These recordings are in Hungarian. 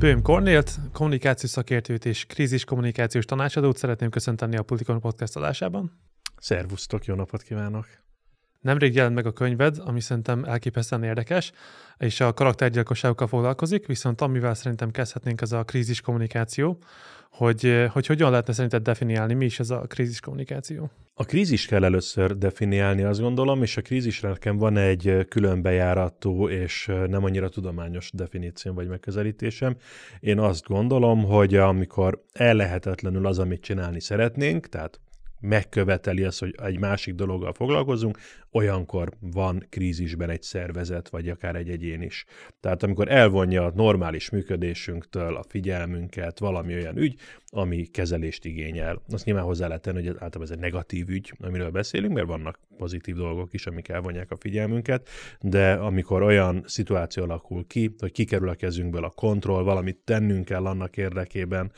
Böhm Kornélt, kommunikációs szakértőt és krízis kommunikációs tanácsadót szeretném köszönteni a Politikon Podcast adásában. Szervusztok, jó napot kívánok! Nemrég jelent meg a könyved, ami szerintem elképesztően érdekes, és a karaktergyilkosságokkal foglalkozik, viszont amivel szerintem kezdhetnénk, az a krízis kommunikáció, hogy hogyan lehetne szerinted definiálni, mi is ez a krízis kommunikáció? A krízist kell először definiálni, azt gondolom, és a krízisre nekem van egy külön bejáratú és nem annyira tudományos definícióm vagy megközelítésem. Én azt gondolom, hogy amikor ellehetetlenül az, amit csinálni szeretnénk, tehát megköveteli azt, hogy egy másik dologgal foglalkozunk, olyankor van krízisben egy szervezet, vagy akár egy egyén is. Tehát amikor elvonja a normális működésünktől a figyelmünket valami olyan ügy, ami kezelést igényel. Azt nyilván hozzá lehet tenni, hogy általában ez egy negatív ügy, amiről beszélünk, mert vannak pozitív dolgok is, amik elvonják a figyelmünket, de amikor olyan szituáció alakul ki, hogy kikerül a kezünkből a kontroll, valamit tennünk kell annak érdekében,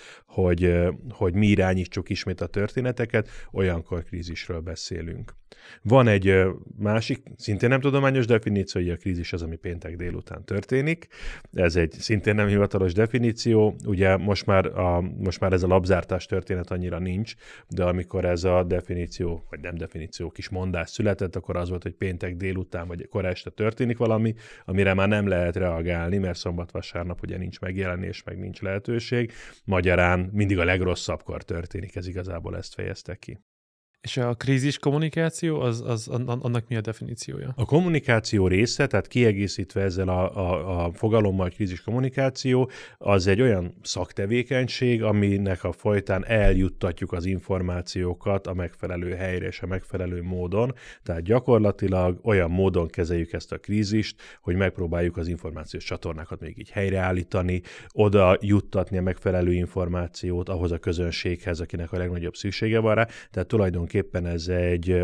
hogy mi irányítsuk ismét a történeteket, olyankor krízisről beszélünk. Van egy másik, szintén nem tudományos definíció, hogy a krízis az, ami péntek délután történik. Ez egy szintén nem hivatalos definíció. Ugye most már ez a labzártás történet annyira nincs, de amikor ez a definíció, vagy nem definíció, kis mondás született, akkor az volt, hogy péntek délután, vagy kora este történik valami, amire már nem lehet reagálni, mert szombat-vasárnap ugye nincs megjelenés, meg nincs lehetőség. Magyarán mindig a legrosszabbkor történik, ez igazából ezt fejezte ki. És a krízis kommunikáció, annak mi a definíciója? A kommunikáció része, tehát kiegészítve ezzel a fogalommal krízis kommunikáció, az egy olyan szaktevékenység, aminek a folytán eljuttatjuk az információkat a megfelelő helyre és a megfelelő módon. Tehát gyakorlatilag olyan módon kezeljük ezt a krízist, hogy megpróbáljuk az információs csatornákat még így helyreállítani, oda juttatni a megfelelő információt ahhoz a közönséghez, akinek a legnagyobb szüksége van rá. Tehát tulajdonképpen ez egy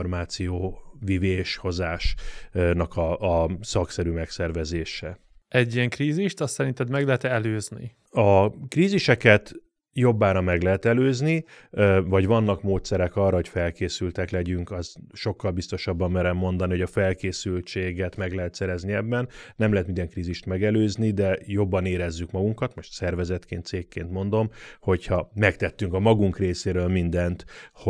információvivés-hozásnak a szakszerű megszervezése. Egy ilyen krízist azt szerinted meg lehet előzni? A kríziseket jobbára meg lehet előzni, vagy vannak módszerek arra, hogy felkészültek legyünk, az sokkal biztosabban merem mondani, hogy a felkészültséget meg lehet szerezni ebben. Nem lehet minden krízist megelőzni, de jobban érezzük magunkat, most szervezetként, cégként mondom, hogyha megtettünk a magunk részéről mindent,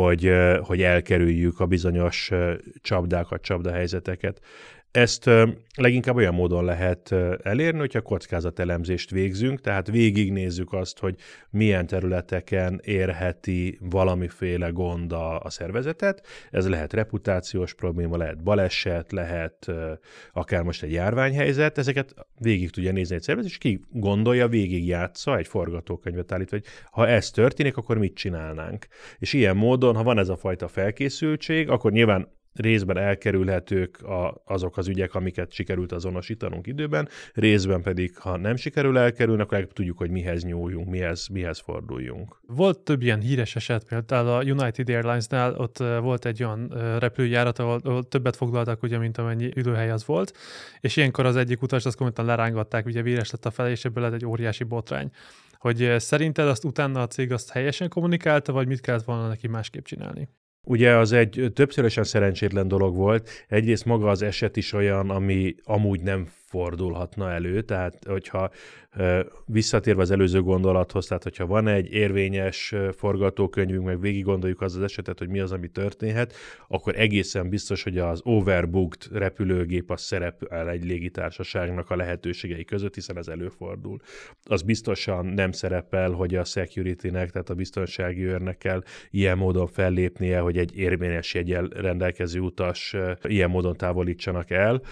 hogy elkerüljük a bizonyos csapdákat, csapdahelyzeteket. Ezt leginkább olyan módon lehet elérni, hogyha kockázatelemzést végzünk, tehát végignézzük azt, hogy milyen területeken érheti valamiféle gond a szervezetet. Ez lehet reputációs probléma, lehet baleset, lehet akár most egy járványhelyzet. Ezeket végig tudja nézni egy szervezet, és ki gondolja, végigjátsza, egy forgatókönyvet állít, hogy ha ez történik, akkor mit csinálnánk. És ilyen módon, ha van ez a fajta felkészültség, akkor nyilván részben elkerülhetők azok az ügyek, amiket sikerült azonosítanunk időben, részben pedig, ha nem sikerül elkerülni, akkor tudjuk, hogy mihez nyúljunk, mihez forduljunk. Volt több ilyen híres eset, például a United Airlines-nál ott volt egy olyan repülőjárat, ahol többet foglaltak, ugye, mint amennyi ülőhely az volt, és ilyenkor az egyik utas azt konkrétan lerángatták, ugye véres lett a fele, és ebből lett egy óriási botrány. Hogy szerinted azt utána a cég azt helyesen kommunikálta, vagy mit kellett volna neki másképp csinálni? Ugye az egy többszörösen szerencsétlen dolog volt. Egyrészt maga az eset is olyan, ami amúgy nem fordulhatna elő, tehát hogyha visszatérve az előző gondolathoz, tehát hogyha van egy érvényes forgatókönyvünk, meg végig gondoljuk az esetet, hogy mi az, ami történhet, akkor egészen biztos, hogy az overbooked repülőgép az szerepel egy légitársaságnak a lehetőségei között, hiszen ez előfordul. Az biztosan nem szerepel, hogy a security-nek, tehát a biztonsági őrnek kell ilyen módon fellépnie, hogy egy érvényes jeggyel rendelkező utas ilyen módon távolítsanak el,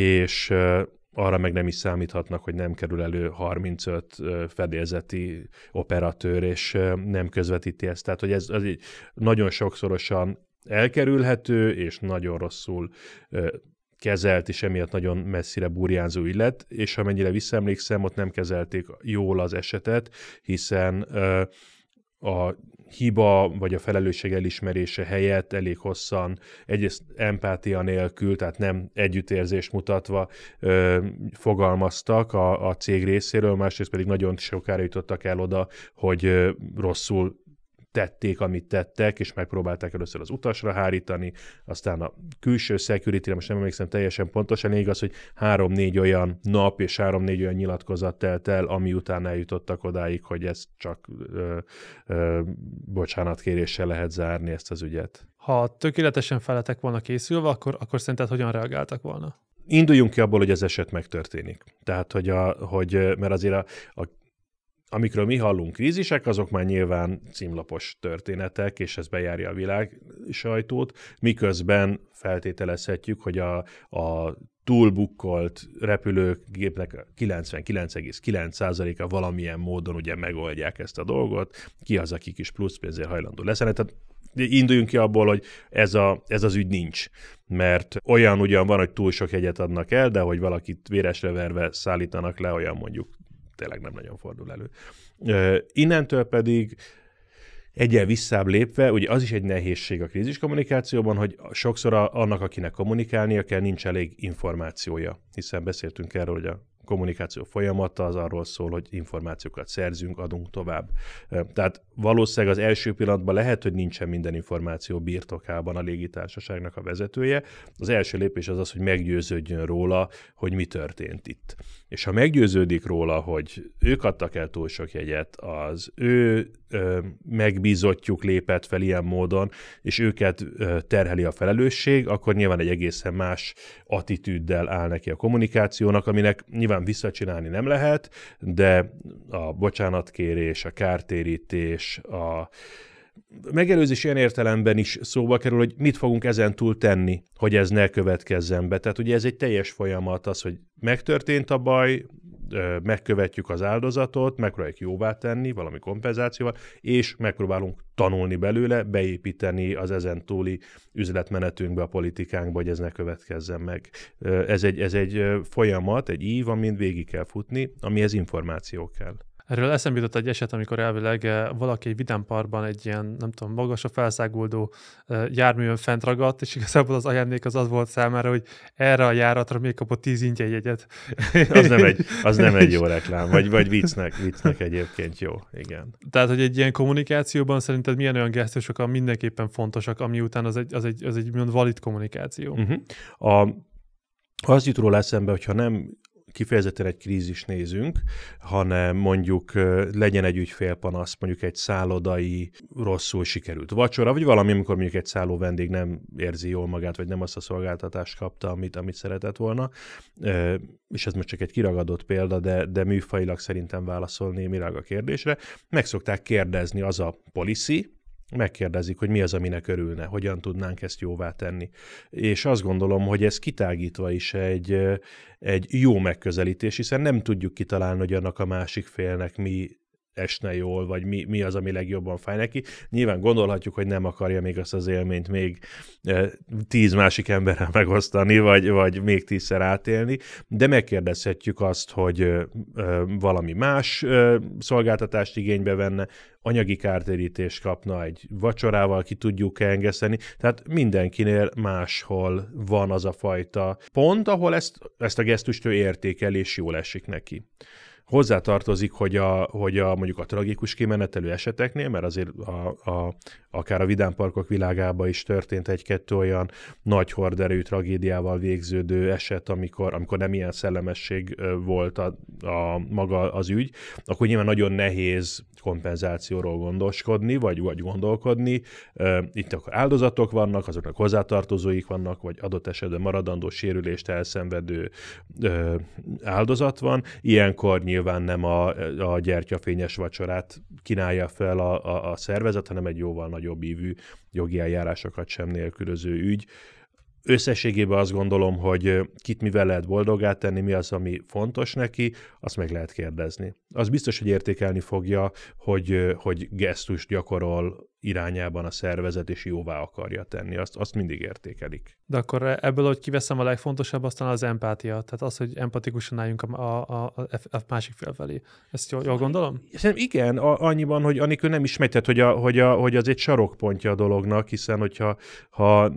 és arra meg nem is számíthatnak, hogy nem kerül elő 35 fedélzeti operatőr, és nem közvetíti ezt. Tehát, hogy ez egy nagyon sokszorosan elkerülhető, és nagyon rosszul kezelt, és emiatt nagyon messzire burjánzó ügylet, és amennyire visszaemlékszem, ott nem kezelték jól az esetet, hiszen a hiba vagy a felelősség elismerése helyett elég hosszan, egyrészt empátia nélkül, tehát nem együttérzést mutatva fogalmaztak a cég részéről, másrészt pedig nagyon sokára jutottak el oda, hogy rosszul tették, amit tettek, és megpróbálták először az utasra hárítani, aztán a külső security-re, most nem emlékszem teljesen pontosan, igaz, hogy 3-4 olyan nap és 3-4 olyan nyilatkozat telt el, ami után eljutottak odáig, hogy ezt csak bocsánatkéréssel lehet zárni ezt az ügyet. Ha tökéletesen fel lettek volna készülve, akkor szerinted hogyan reagáltak volna? Induljunk ki abból, hogy ez eset megtörténik. Tehát, mert azért amikről mi hallunk krízisek, azok már nyilván címlapos történetek, és ez bejárja a világ sajtót, miközben feltételezhetjük, hogy a túlbukkolt repülőgépnek 99,9%-a valamilyen módon ugye megoldják ezt a dolgot, ki az, aki kis plusz pénzért hajlandó leszelni. Tehát induljunk ki abból, hogy ez az ügy nincs, mert olyan ugyan van, hogy túl sok jegyet adnak el, de hogy valakit véresre verve szállítanak le, olyan mondjuk tényleg nem nagyon fordul elő. Innentől pedig egyen visszább lépve, ugye az is egy nehézség a krízis kommunikációban, hogy sokszor annak, akinek kommunikálnia kell, nincs elég információja, hiszen beszéltünk erről, hogy a kommunikáció folyamata az arról szól, hogy információkat szerzünk, adunk tovább. Tehát valószínűleg az első pillanatban lehet, hogy nincsen minden információ birtokában a légitársaságnak a vezetője. Az első lépés az, hogy meggyőződjön róla, hogy mi történt itt. És ha meggyőződik róla, hogy ők adtak el túl sok jegyet, az ő megbízottjuk lépett fel ilyen módon, és őket terheli a felelősség, akkor nyilván egy egészen más attitűddel áll neki a kommunikációnak, aminek nyilván visszacsinálni nem lehet, de a bocsánatkérés, a kártérítés, a megelőzés ilyen értelemben is szóba kerül, hogy mit fogunk ezen túl tenni, hogy ez ne következzen be. Tehát ugye ez egy teljes folyamat az, hogy megtörtént a baj, megkövetjük az áldozatot, megpróbáljuk jóvá tenni valami kompenzációval, és megpróbálunk tanulni belőle, beépíteni az ezen túli üzletmenetünkbe, a politikánkba, hogy ez ne következzen meg. Ez egy folyamat, egy ív, amin végig kell futni, amihez információ kell. Erről eszembe jutott egy eset, amikor elvileg valaki egy vidámparkban egy ilyen, nem tudom, magasra felszáguldó járművön fent ragadt, és igazából az ajándék az volt számára, hogy erre a járatra még kapott 10 ingyen jegyet. Az nem egy jó reklám, vagy viccnek egyébként jó, igen. Tehát, hogy egy ilyen kommunikációban szerinted milyen olyan gesztusok mindenképpen fontosak, ami után az egy valid kommunikáció? Az jut róla eszembe, hogyha nem kifejezetten egy krízis nézünk, hanem mondjuk legyen egy ügyfélpanasz, mondjuk egy szállodai rosszul sikerült vacsora, vagy valami, amikor mondjuk egy szálló vendég nem érzi jól magát, vagy nem azt a szolgáltatást kapta, amit szeretett volna, és ez most csak egy kiragadott példa, de műfajilag szerintem válaszol némileg a kérdésre. Meg szokták kérdezni, az a policy, megkérdezik, hogy mi az, aminek örülne, hogyan tudnánk ezt jóvá tenni. És azt gondolom, hogy ez kitágítva is egy jó megközelítés, hiszen nem tudjuk kitalálni, hogy annak a másik félnek mi esne jól, vagy mi az, ami legjobban fáj neki. Nyilván gondolhatjuk, hogy nem akarja még azt az élményt még 10 másik emberrel megosztani, vagy még 10-szer átélni, de megkérdezhetjük azt, hogy valami más szolgáltatást igénybe venne, anyagi kártérítést kapna, egy vacsorával ki tudjuk engeszteni, tehát mindenkinél máshol van az a fajta pont, ahol ezt a gesztust ő értékel, és jól esik neki. Hozzátartozik, hogy mondjuk a tragikus kimenetelő eseteknél, mert azért akár a vidámparkok világában is történt egy-kettő olyan nagy horderejű tragédiával végződő eset, amikor nem ilyen szellemesség volt maga az ügy, akkor nyilván nagyon nehéz kompenzációról gondoskodni, vagy gondolkodni. Itt akkor áldozatok vannak, azoknak hozzátartozóik vannak, vagy adott esetben maradandó sérülést elszenvedő áldozat van. Ilyenkor nyilván nem a gyertyafényes vacsorát kínálja fel a szervezet, hanem egy jóval nagyobb ívű jogi eljárásokat sem nélkülöző ügy. Összességében azt gondolom, hogy kit mivel lehet boldoggá tenni, mi az, ami fontos neki, azt meg lehet kérdezni. Az biztos, hogy értékelni fogja, hogy gesztust gyakorol irányában a szervezet, és jóvá akarja tenni. Azt mindig értékelik. De akkor ebből, hogy kiveszem a legfontosabb, aztán az empátia. Tehát az, hogy empatikusan álljunk a másik fél felé. Ezt jól gondolom? Szerintem igen, annyiban, hogy anélkül nem is megy, tehát hogy az egy sarokpontja a dolognak, hiszen hogyha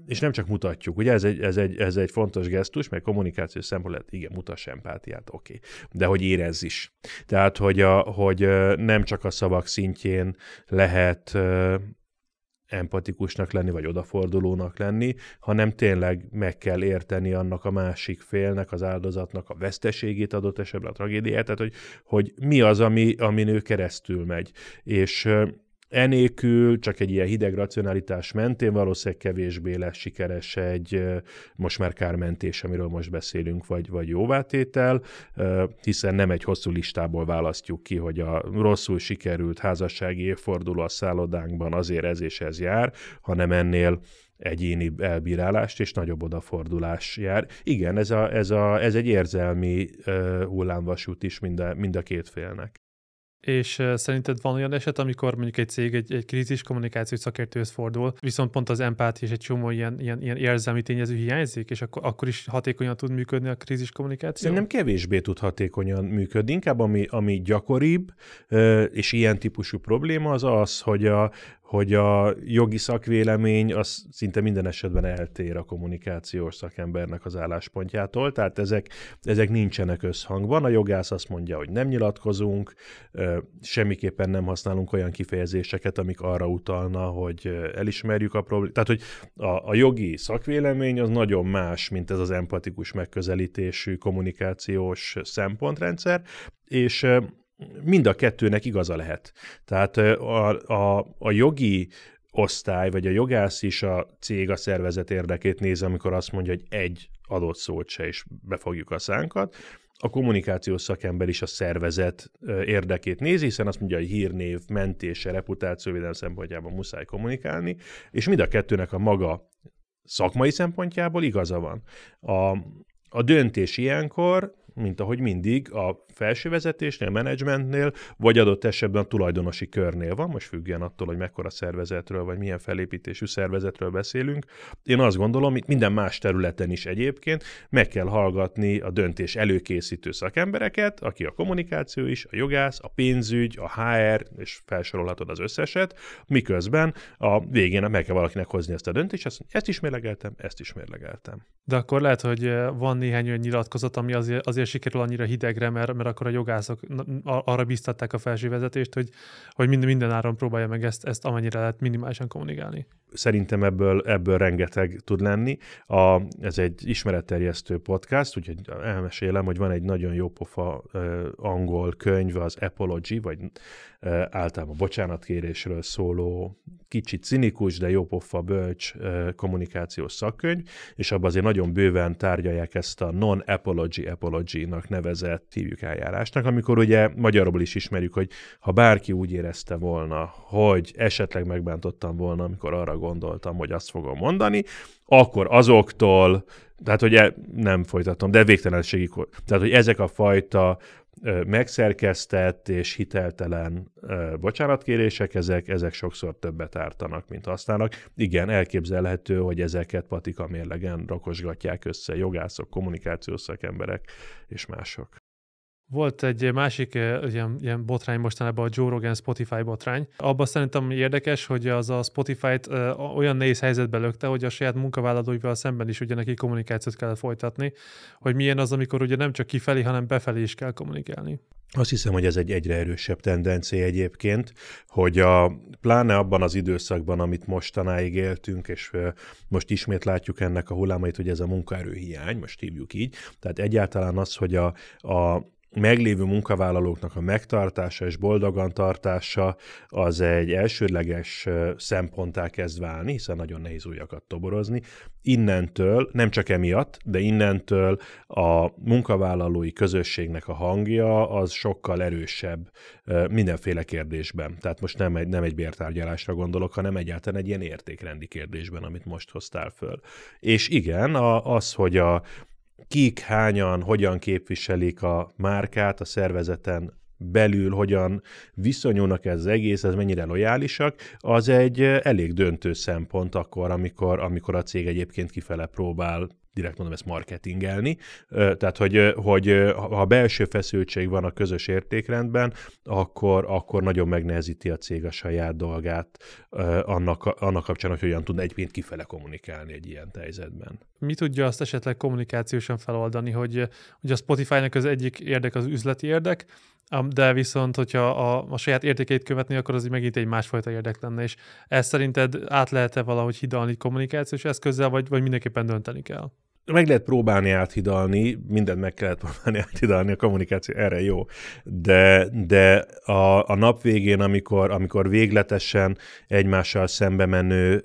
és nem csak mutatjuk, ugye ez egy fontos gesztus, meg kommunikációs szempontból, igen, mutass empátiát, oké. De hogy érezz is. Tehát, hogy nem csak a szavak szintjén lehet empatikusnak lenni, vagy odafordulónak lenni, hanem tényleg meg kell érteni annak a másik félnek, az áldozatnak a veszteségét adott esetben, a tragédiát, tehát hogy mi az, amin ő keresztül megy. És enélkül csak egy ilyen hideg racionalitás mentén valószínűleg kevésbé lesz sikeres egy most már kármentés, amiről most beszélünk, vagy jóvátétel, hiszen nem egy hosszú listából választjuk ki, hogy a rosszul sikerült házassági évforduló a szállodánkban azért ez és ez jár, hanem ennél egyéni elbírálást és nagyobb odafordulás jár. Igen, ez egy érzelmi hullámvasút is mind a két félnek. És szerinted van olyan eset, amikor mondjuk egy cég egy krízis kommunikációs szakértőhöz fordul, viszont pont az empátia és egy csomó ilyen érzelmi tényező hiányzik, és akkor is hatékonyan tud működni a krízis kommunikáció? Szerintem kevésbé tud hatékonyan működni. Inkább ami gyakoribb, és ilyen típusú probléma az, hogy a jogi szakvélemény az szinte minden esetben eltér a kommunikációs szakembernek az álláspontjától, tehát ezek nincsenek összhangban. A jogász azt mondja, hogy nem nyilatkozunk, semmiképpen nem használunk olyan kifejezéseket, amik arra utalna, hogy elismerjük a problémát. Tehát, hogy a jogi szakvélemény az nagyon más, mint ez az empatikus megközelítésű kommunikációs szempontrendszer, és mind a kettőnek igaza lehet. Tehát a jogi osztály, vagy a jogász is a cég, a szervezet érdekét nézi, amikor azt mondja, hogy egy adott szót se is befogjuk a szánkat. A kommunikációs szakember is a szervezet érdekét nézi, hiszen azt mondja, hogy hírnév, mentése, reputációvédelem szempontjában muszáj kommunikálni, és mind a kettőnek a maga szakmai szempontjából igaza van. A döntés ilyenkor, mint ahogy mindig, a felső vezetésnél, menedzsmentnél, vagy adott esetben a tulajdonosi körnél van, most függően attól, hogy mekkora szervezetről, vagy milyen felépítésű szervezetről beszélünk. Én azt gondolom, hogy minden más területen is egyébként meg kell hallgatni a döntés előkészítő szakembereket, aki a kommunikáció is, a jogász, a pénzügy, a HR, és felsorolhatod az összeset, miközben a végén meg kell valakinek hozni ezt a döntést, ezt is mérlegeltem, ezt is mérlegeltem. De akkor lehet, hogy van néhány olyan nyilatkozat, ami azért sikerül annyira hidegre, mert akkor a jogászok arra biztatták a felső vezetést, hogy minden áron próbálja meg ezt amennyire lehet minimálisan kommunikálni. Szerintem ebből rengeteg tud lenni. Ez egy ismeretterjesztő podcast, úgyhogy elmesélem, hogy van egy nagyon jó pofa angol könyv, az Apology, vagy általában bocsánatkérésről szóló, kicsit cinikus, de jó pofa bölcs kommunikációs szakkönyv, és abban azért nagyon bőven tárgyalják ezt a non-apology-nak nevezett hívjuk eljárásnak, amikor ugye magyarul is ismerjük, hogy ha bárki úgy érezte volna, hogy esetleg megbántottam volna, amikor arra gondoltam, hogy azt fogom mondani, akkor azoktól, tehát hogy nem folytatom, de végtelenségig, tehát hogy ezek a fajta megszerkesztett és hiteltelen bocsánatkérések, ezek sokszor többet ártanak, mint használnak. Igen, elképzelhető, hogy ezeket patika mérlegen rakosgatják össze jogászok, kommunikációs szakemberek és mások. Volt egy másik ilyen botrány mostanában, a Joe Rogan Spotify botrány. Abban szerintem érdekes, hogy az a Spotify-t olyan nehéz helyzetbe lökte, hogy a saját munkavállalóival szemben is ugye neki kommunikációt kellett folytatni, hogy milyen az, amikor ugye nem csak kifelé, hanem befelé is kell kommunikálni. Azt hiszem, hogy ez egy egyre erősebb tendencia egyébként, hogy pláne abban az időszakban, amit mostanáig éltünk, és most ismét látjuk ennek a hullámait, hogy ez a munkaerőhiány, most hívjuk így, tehát egyáltalán az, hogy a meglévő munkavállalóknak a megtartása és boldogan tartása az egy elsődleges szemponttá kezd válni, hiszen nagyon nehéz újakat toborozni. Innentől, nem csak emiatt, de innentől a munkavállalói közösségnek a hangja az sokkal erősebb mindenféle kérdésben. Tehát most nem egy bértárgyalásra gondolok, hanem egyáltalán egy ilyen értékrendi kérdésben, amit most hoztál föl. És igen, az, hogy kik, hányan, hogyan képviselik a márkát a szervezeten belül, hogyan viszonyulnak ez az egész, ez mennyire lojálisak, az egy elég döntő szempont akkor, amikor a cég egyébként kifele próbál direkt mondom ezt marketingelni. Tehát, hogy ha belső feszültség van a közös értékrendben, akkor nagyon megnehezíti a cég a saját dolgát annak kapcsán, hogy hogyan tud egyébként kifele kommunikálni egy ilyen helyzetben. Mi tudja azt esetleg kommunikációsan feloldani, hogy a Spotify-nak az egyik érdek az üzleti érdek, de viszont, hogyha a saját értékeit követni, akkor az megint egy másfajta érdek lenne, és ezt szerinted át lehet-e valahogy hidalni kommunikációs eszközzel, vagy mindenképpen dönteni kell? Meg lehet próbálni áthidalni, mindent meg kellett próbálni áthidalni, a kommunikáció erre jó, de a nap végén, amikor végletesen egymással szembe menő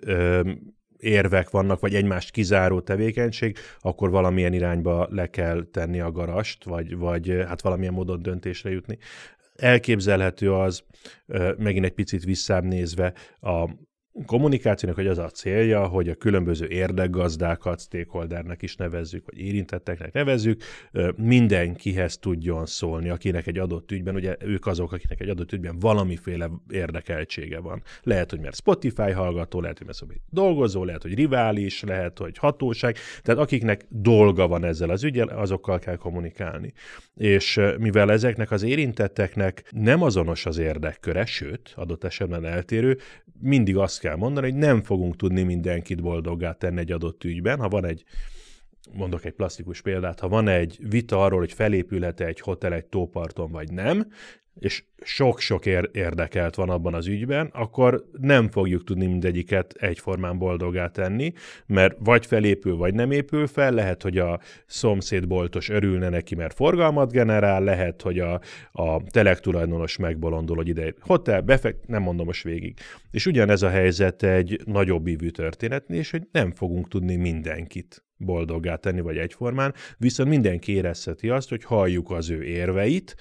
érvek vannak, vagy egymást kizáró tevékenység, akkor valamilyen irányba le kell tenni a garast, vagy hát valamilyen módon döntésre jutni. Elképzelhető az, megint egy picit visszább nézve, a kommunikációnak, hogy az a célja, hogy a különböző érdekgazdákat, stakeholdernek is nevezzük, vagy érintetteknek nevezzük, mindenkihez tudjon szólni, akinek egy adott ügyben, ugye ők azok, akinek egy adott ügyben valamiféle érdekeltsége van. Lehet, hogy mert Spotify hallgató, lehet, hogy mert dolgozó, lehet, hogy rivális, lehet, hogy hatóság, tehát akiknek dolga van ezzel az üggyel, azokkal kell kommunikálni. És mivel ezeknek az érintetteknek nem azonos az érdekköre, sőt, adott esetben eltérő, mindig azt kell mondani, hogy nem fogunk tudni mindenkit boldoggá tenni egy adott ügyben. Ha van mondok egy plastikus példát, ha van egy vita arról, hogy felépülhet-e egy hotel egy tóparton, vagy nem, és sok-sok érdekelt van abban az ügyben, akkor nem fogjuk tudni mindegyiket egyformán boldoggá tenni, mert vagy felépül, vagy nem épül fel, lehet, hogy a szomszédboltos örülne neki, mert forgalmat generál, lehet, hogy a telektulajdonos megbolondul, hogy ide hotel, nem mondom most végig. És ugyanez a helyzet egy nagyobb ívű történetnél, és hogy nem fogunk tudni mindenkit boldoggá tenni, vagy egyformán, viszont mindenki érezheti azt, hogy halljuk az ő érveit,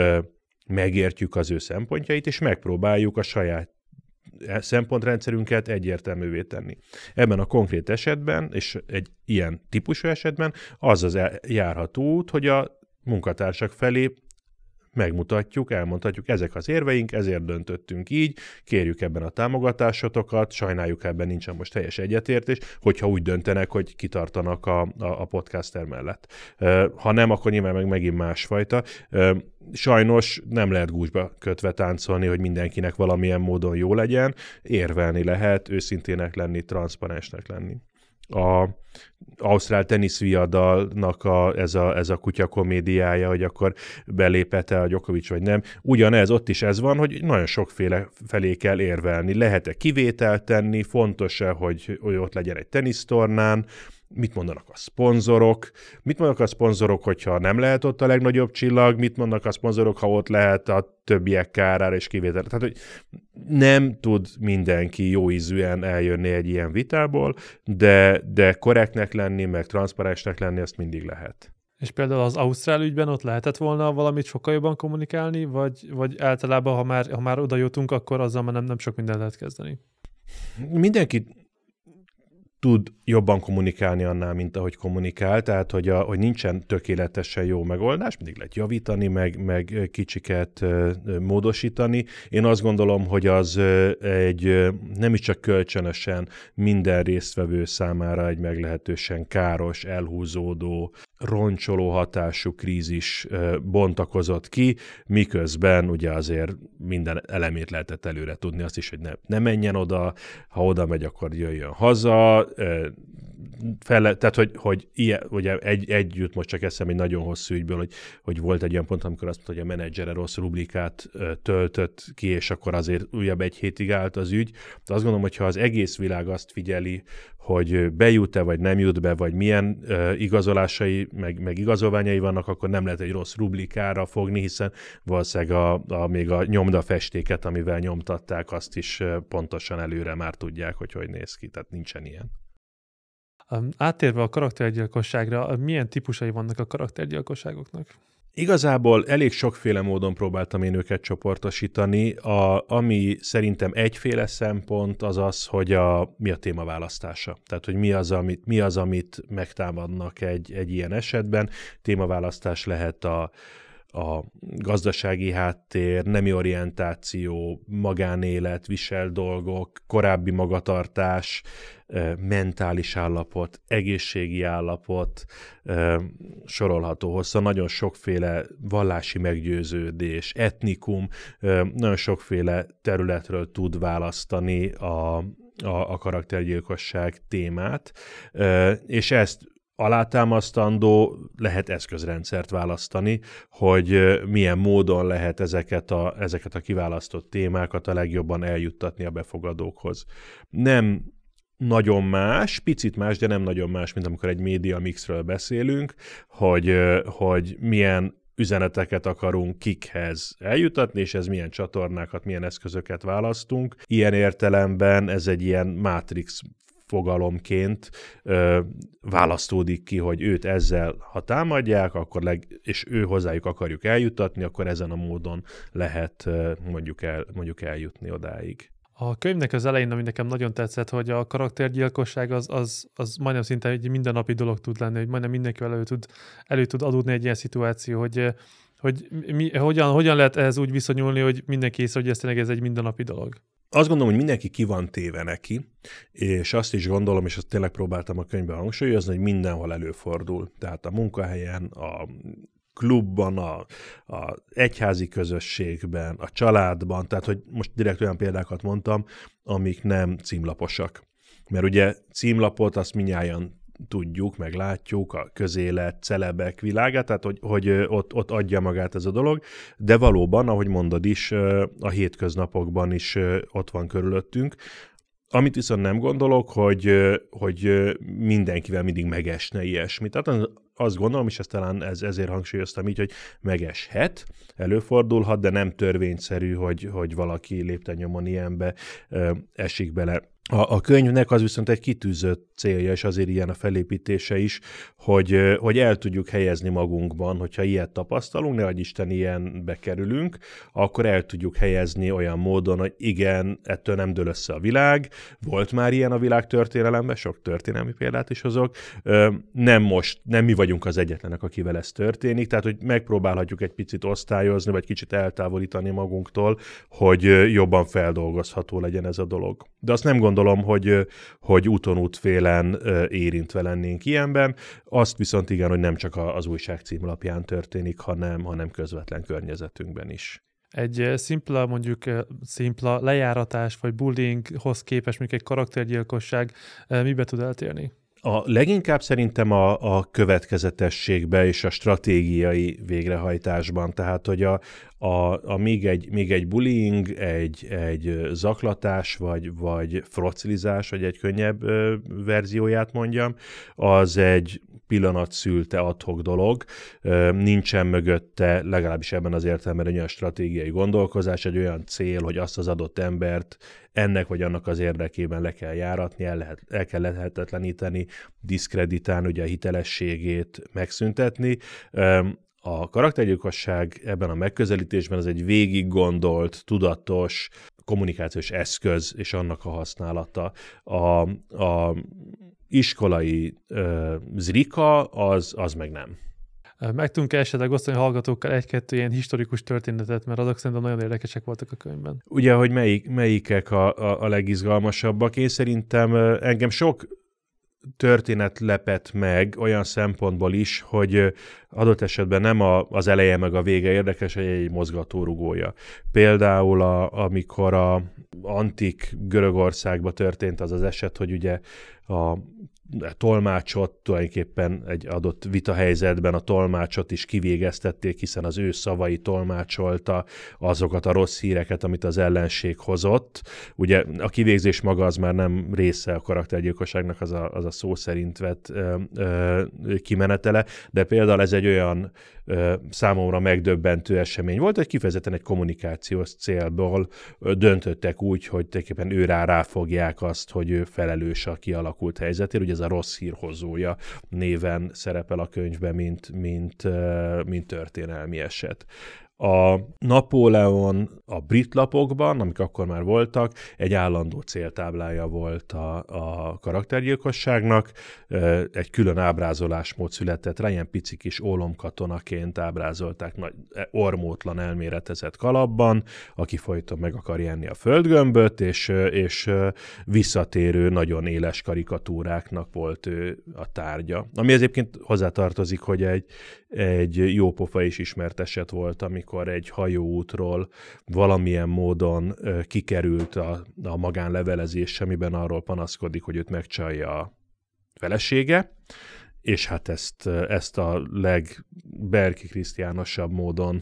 megértjük az ő szempontjait, és megpróbáljuk a saját szempontrendszerünket egyértelművé tenni. Ebben a konkrét esetben, és egy ilyen típusú esetben az járható út, hogy a munkatársak felé megmutatjuk, elmondhatjuk, ezek az érveink, ezért döntöttünk így, kérjük ebben a támogatásotokat, sajnáljuk, ebben nincsen most teljes egyetértés, hogyha úgy döntenek, hogy kitartanak a podcaster mellett. Ha nem, akkor nyilván megint másfajta. Sajnos nem lehet gúzsba kötve táncolni, hogy mindenkinek valamilyen módon jó legyen, érvelni lehet, őszintének lenni, transzparensnek lenni. A ausztrál teniszviadalnak ez a kutya komédiája, hogy akkor belépett-e a Djokovic, vagy nem. Ugyanez, ott is ez van, hogy nagyon sokféle felé kell érvelni. Lehet-e kivételt tenni, fontos-e, hogy ott legyen egy tenisztornán, mit mondanak a szponzorok, hogyha nem lehet ott a legnagyobb csillag, mit mondanak a szponzorok, ha ott lehet a többiek kárára és kivétel. Tehát, hogy nem tud mindenki jó ízűen eljönni egy ilyen vitából, de korrektnek lenni, meg transzparensnek lenni, azt mindig lehet. És például az ausztrál ügyben ott lehetett volna valamit sokkal jobban kommunikálni, vagy általában, ha már oda jutunk, akkor azzal már nem sok mindent lehet kezdeni? Mindenki tud jobban kommunikálni annál, mint ahogy kommunikál, tehát hogy nincsen tökéletesen jó megoldás, mindig lehet javítani, meg kicsiket módosítani. Én azt gondolom, hogy az egy nem is csak kölcsönösen minden résztvevő számára egy meglehetősen káros, elhúzódó, roncsoló hatású krízis bontakozott ki, miközben ugye azért minden elemét lehetett előre tudni, azt is, hogy ne menjen oda, ha oda megy, akkor jöjjön haza, tehát, hogy ilyen, ugye egy jut most csak eszem egy nagyon hosszú ügyből, hogy volt egy olyan pont, amikor azt mondta, hogy a menedzsere rossz rublikát töltött ki, és akkor azért újabb egy hétig állt az ügy. De azt gondolom, hogy ha az egész világ azt figyeli, hogy bejut-e, vagy nem jut be, vagy milyen igazolásai, meg igazolványai vannak, akkor nem lehet egy rossz rublikára fogni, hiszen valószínűleg még a nyomdafestéket, amivel nyomtatták, azt is pontosan előre már tudják, hogy néz ki, tehát nincsen ilyen. Áttérve a karaktergyilkosságra, milyen típusai vannak a karaktergyilkosságoknak? Igazából elég sokféle módon próbáltam én őket csoportosítani. Ami szerintem egyféle szempont az az, hogy mi a témaválasztása. Tehát, hogy mi az, amit megtámadnak egy ilyen esetben. Témaválasztás lehet a gazdasági háttér, nemi orientáció, magánélet, visel dolgok, korábbi magatartás, mentális állapot, egészségi állapot, sorolható hosszan, nagyon sokféle vallási meggyőződés, etnikum, nagyon sokféle területről tud választani a karaktergyilkosság témát, és ezt alátámasztandó lehet eszközrendszert választani, hogy milyen módon lehet ezeket a kiválasztott témákat a legjobban eljuttatni a befogadókhoz. Nem nagyon más, picit más, de nem nagyon más, mint amikor egy média mixről beszélünk, hogy milyen üzeneteket akarunk kikhez eljutatni, és ez milyen csatornákat, milyen eszközöket választunk. Ilyen értelemben ez egy ilyen mátrix fogalomként választódik ki, hogy őt ezzel, ha támadják, akkor és ő hozzájuk akarjuk eljutatni, akkor ezen a módon lehet mondjuk eljutni odáig. A könyvnek az elején, ami nekem nagyon tetszett, hogy a karaktergyilkosság az majdnem szinte egy mindennapi dolog tud lenni, hogy majdnem mindenkivel elő tud adódni egy ilyen szituáció, hogy hogyan lehet ehhez úgy viszonyulni, hogy mindenki észre, hogy ez egy mindennapi dolog. Azt gondolom, hogy mindenki ki van téve neki, és azt is gondolom, és azt tényleg próbáltam a könyvben hangsúlyozni, hogy mindenhol előfordul. Tehát a munkahelyen, a klubban, a egyházi közösségben, a családban, tehát hogy most direkt olyan példákat mondtam, amik nem címlaposak. Mert ugye címlapot azt mindnyájan tudjuk, meg látjuk, a közélet, celebek világát, tehát hogy ott adja magát ez a dolog, de valóban, ahogy mondod is, a hétköznapokban is ott van körülöttünk. Amit viszont nem gondolok, hogy mindenkivel mindig megesne ilyesmi. Tehát azt gondolom, és ezt talán ezért hangsúlyoztam így, hogy megeshet, előfordulhat, de nem törvényszerű, hogy valaki lépten nyomon ilyenbe esik bele. A könyvnek az viszont egy kitűzött célja, és azért ilyen a felépítése is, hogy el tudjuk helyezni magunkban, hogyha ilyet tapasztalunk, ne adj Isten ilyenbe kerülünk, akkor el tudjuk helyezni olyan módon, hogy igen, ettől nem dől össze a világ, volt már ilyen a világ történelemben, sok történelmi példát is hozok, nem mi vagyunk az egyetlenek, akivel ez történik, tehát hogy megpróbálhatjuk egy picit osztályozni, vagy kicsit eltávolítani magunktól, hogy jobban feldolgozható legyen ez a dolog. De azt nem gondolom, hogy úton útfélen érintve lennénk ilyenben. Azt viszont igen, hogy nem csak az újság címlapján történik, hanem közvetlen környezetünkben is. Egy szimpla lejáratás vagy bullyinghoz képest, mondjuk egy karaktergyilkosság mibe tud eltérni? A leginkább szerintem a következetességbe és a stratégiai végrehajtásban, tehát hogy még egy bullying, egy zaklatás, vagy frocilizás, vagy egy könnyebb verzióját mondjam, az egy pillanat szülte ad-hoc dolog, nincsen mögötte, legalábbis ebben az értelemben egy olyan stratégiai gondolkozás, egy olyan cél, hogy azt az adott embert ennek vagy annak az érdekében le kell járatni, el kell lehetetleníteni, diszkreditálni, ugye a hitelességét megszüntetni. A karaktergyilkosság ebben a megközelítésben az egy végig gondolt, tudatos kommunikációs eszköz és annak a használata. A iskolai zrika az meg nem. Meg tudunk esetleg osztani hallgatókkal egy-kettő ilyen historikus történetet, mert azok szerintem nagyon érdekesek voltak a könyvben. Ugye, hogy melyikek a legizgalmasabbak. Én szerintem engem sok történet lepett meg olyan szempontból is, hogy adott esetben nem az eleje meg a vége érdekes, hogy egy mozgatórugója. Például amikor a antik Görögországban történt az eset, hogy ugye a tolmácsot tulajdonképpen egy adott vitahelyzetben a tolmácsot is kivégeztették, hiszen az ő szavai tolmácsolta azokat a rossz híreket, amit az ellenség hozott. Ugye a kivégzés maga az már nem része a karaktergyilkosságnak, az a szó szerint vett kimenetele, de például ez egy olyan számomra megdöbbentő esemény volt, hogy kifejezetten egy kommunikációs célból döntöttek úgy, hogy tulajdonképpen őrá ráfogják azt, hogy ő felelős a kialakult helyzetért. Ugye ez a rossz hírhozója néven szerepel a könyvben, mint történelmi eset. A Napóleon a brit lapokban, amik akkor már voltak, egy állandó céltáblája volt a karaktergyilkosságnak, egy külön ábrázolásmód született rá, ilyen pici kis ólomkatonaként ábrázolták nagy ormótlan elméretezett kalapban, aki folyton meg akarja enni a földgömböt, és visszatérő, nagyon éles karikatúráknak volt ő a tárgya. Ami egyébként hozzátartozik, hogy egy jópofa is ismert eset volt, amikor egy hajóútról valamilyen módon kikerült a magánlevelezés, amiben arról panaszkodik, hogy őt megcsalja a felesége, és hát ezt a legberki krisztiánosabb módon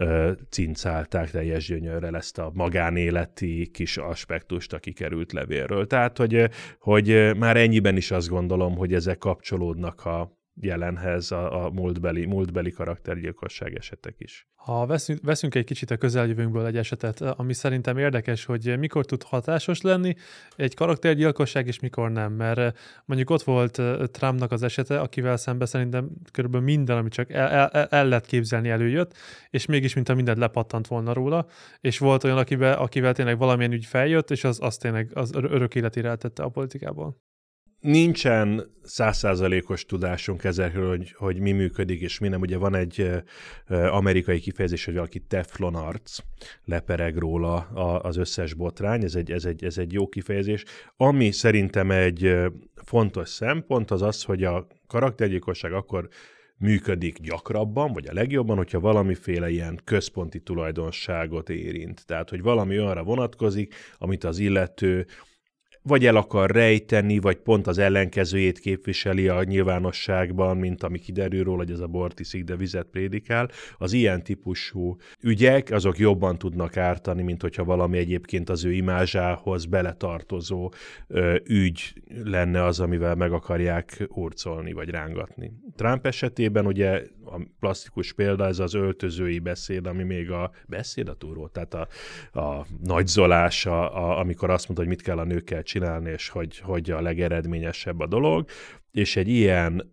cincálták teljes gyönyörrel ezt a magánéleti kis aspektust a kikerült levélről. Tehát, hogy már ennyiben is azt gondolom, hogy ezek kapcsolódnak a jelenhez a múltbeli karaktergyilkosság esetek is. Ha veszünk egy kicsit a közeljövőnkből egy esetet, ami szerintem érdekes, hogy mikor tud hatásos lenni egy karaktergyilkosság, és mikor nem, mert mondjuk ott volt Trumpnak az esete, akivel szemben szerintem körülbelül minden, ami csak el lehet képzelni, előjött, és mégis mintha mindent lepattant volna róla, és volt olyan, akivel tényleg valamilyen ügy feljött, és az tényleg az örök életére eltette a politikából. Nincsen 100%-os tudásunk ezekről, hogy mi működik, és mi nem. Ugye van egy amerikai kifejezés, hogy valaki teflon arc, lepereg róla az összes botrány, ez egy jó kifejezés. Ami szerintem egy fontos szempont az az, hogy a karaktergyilkosság akkor működik gyakrabban, vagy a legjobban, hogyha valamiféle ilyen központi tulajdonságot érint. Tehát, hogy valami arra vonatkozik, amit az illető vagy el akar rejteni, vagy pont az ellenkezőjét képviseli a nyilvánosságban, mint ami kiderül róla, hogy ez a bort iszik, de vizet prédikál. Az ilyen típusú ügyek, azok jobban tudnak ártani, mint hogyha valami egyébként az ő imázsához beletartozó ügy lenne az, amivel meg akarják hurcolni, vagy rángatni. Trump esetében ugye a plastikus példa, ez az öltözői beszéd, ami még a beszédatúró, tehát a nagyzolás, amikor azt mondta, hogy mit kell a nőkkel csinálni, és hogy a legeredményesebb a dolog, és egy ilyen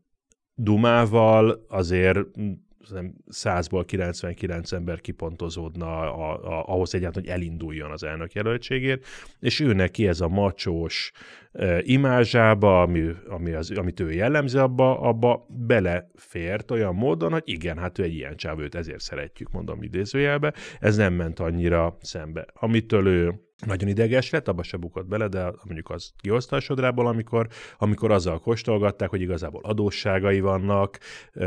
dumával azért 100-ból 99 ember kipontozódna ahhoz egyáltalán, hogy elinduljon az elnök jelöltségért, és ő neki ez a macsós imázsába, amit ő jellemzi, abba belefért olyan módon, hogy igen, hát ő egy ilyen csávőt, ezért szeretjük, mondom idézőjelbe, ez nem ment annyira szembe. Amitől ő nagyon ideges lett, abba se bukott bele, de mondjuk az kihozta a sodrából, amikor azzal kóstolgatták, hogy igazából adósságai vannak,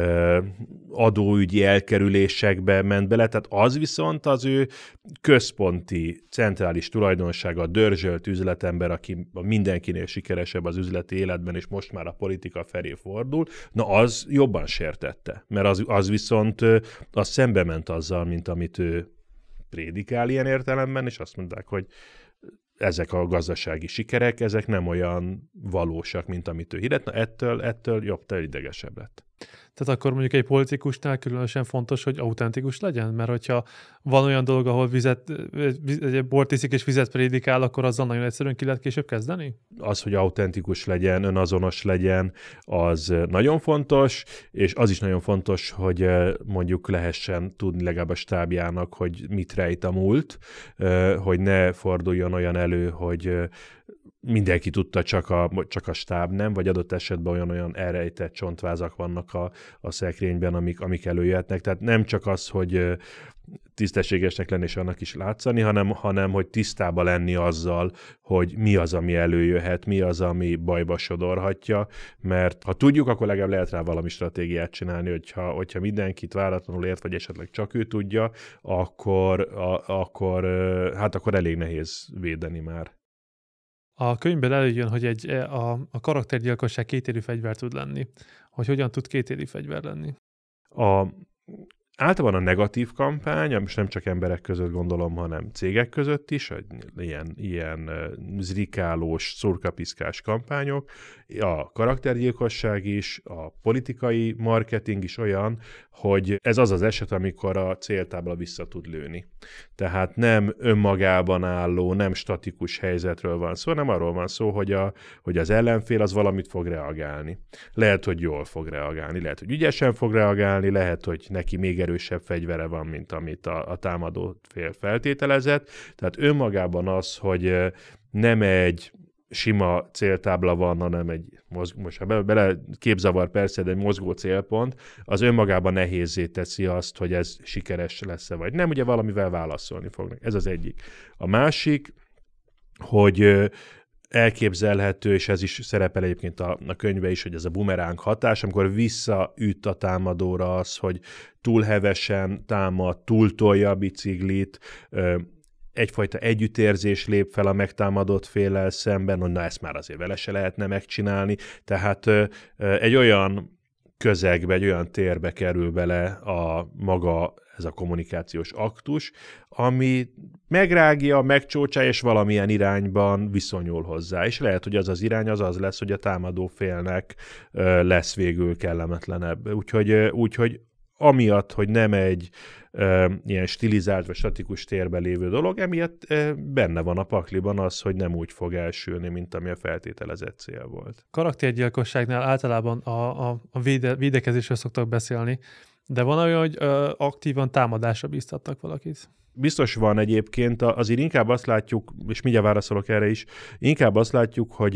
adóügyi elkerülésekbe ment bele, tehát az viszont az ő központi, centrális tulajdonsága, a dörzsölt üzletember, aki mindenkinél sikeresebb az üzleti életben, és most már a politika felé fordul, na az jobban sértette, mert az viszont az szembe ment azzal, mint amit ő prédikál ilyen értelemben, és azt mondták, hogy ezek a gazdasági sikerek, ezek nem olyan valósak, mint amit ő hirdett. Na ettől jobb, idegesebb lett. Tehát akkor mondjuk egy politikusnál különösen fontos, hogy autentikus legyen, mert hogyha van olyan dolog, ahol bort iszik és vizet prédikál, akkor azzal nagyon egyszerűen ki lehet később kezdeni? Az, hogy autentikus legyen, önazonos legyen, az nagyon fontos, és az is nagyon fontos, hogy mondjuk lehessen tudni legalább a stábjának, hogy mit rejt a múlt, hogy ne forduljon olyan elő, hogy mindenki tudta, csak a stáb nem, vagy adott esetben olyan elrejtett csontvázak vannak a szekrényben, amik előjöhetnek. Tehát nem csak az, hogy tisztességesnek lenni és annak is látszani, hanem hogy tisztába lenni azzal, hogy mi az, ami előjöhet, mi az, ami bajba sodorhatja, mert ha tudjuk, akkor legalább lehet rá valami stratégiát csinálni, hogyha mindenkit váratlanul ért, vagy esetleg csak ő tudja, akkor elég nehéz védeni már. A könyvben előjön, hogy a karaktergyilkosság kétélű fegyver tud lenni. Hogy hogyan tud kétélű fegyver lenni? Általában a negatív kampány, most nem csak emberek között gondolom, hanem cégek között is, ilyen zrikálós, szurkapiszkás kampányok, A karaktergyilkosság is, a politikai marketing is olyan, hogy ez az az eset, amikor a céltábla vissza tud lőni. Tehát nem önmagában álló, nem statikus helyzetről van szó, hanem arról van szó, hogy az ellenfél az valamit fog reagálni. Lehet, hogy jól fog reagálni, lehet, hogy ügyesen fog reagálni, lehet, hogy neki még erősebb fegyvere van, mint amit a támadó fél feltételezett. Tehát önmagában az, hogy nem egy sima céltábla van, hanem most ha bele képzavar persze, de egy mozgó célpont, az önmagában nehézzé teszi azt, hogy ez sikeres lesz-e vagy nem, ugye valamivel válaszolni fognak. Ez az egyik. A másik, hogy elképzelhető, és ez is szerepel egyébként a könyvbe is, hogy ez a bumeráng hatás, amikor visszaüt a támadóra az, hogy túl hevesen támad, túltolja a biciklit, egyfajta együttérzés lép fel a megtámadott féllel szemben, hogy na ezt már azért vele se lehetne megcsinálni, tehát egy olyan közegbe, egy olyan térbe kerül bele a maga ez a kommunikációs aktus, ami megrágja, megcsócsálja, és valamilyen irányban viszonyul hozzá. És lehet, hogy az az irány az lesz, hogy a támadó félnek lesz végül kellemetlenebb. Úgyhogy amiatt, hogy nem egy ilyen stilizált vagy statikus térben lévő dolog, emiatt benne van a pakliban az, hogy nem úgy fog elsülni, mint ami a feltételezett cél volt. Karaktergyilkosságnál általában a védekezésről szoktak beszélni, de van olyan, hogy aktívan támadásra bíztattak valakit? Biztos van egyébként, azért inkább azt látjuk, és mindjárt válaszolok erre is, inkább azt látjuk, hogy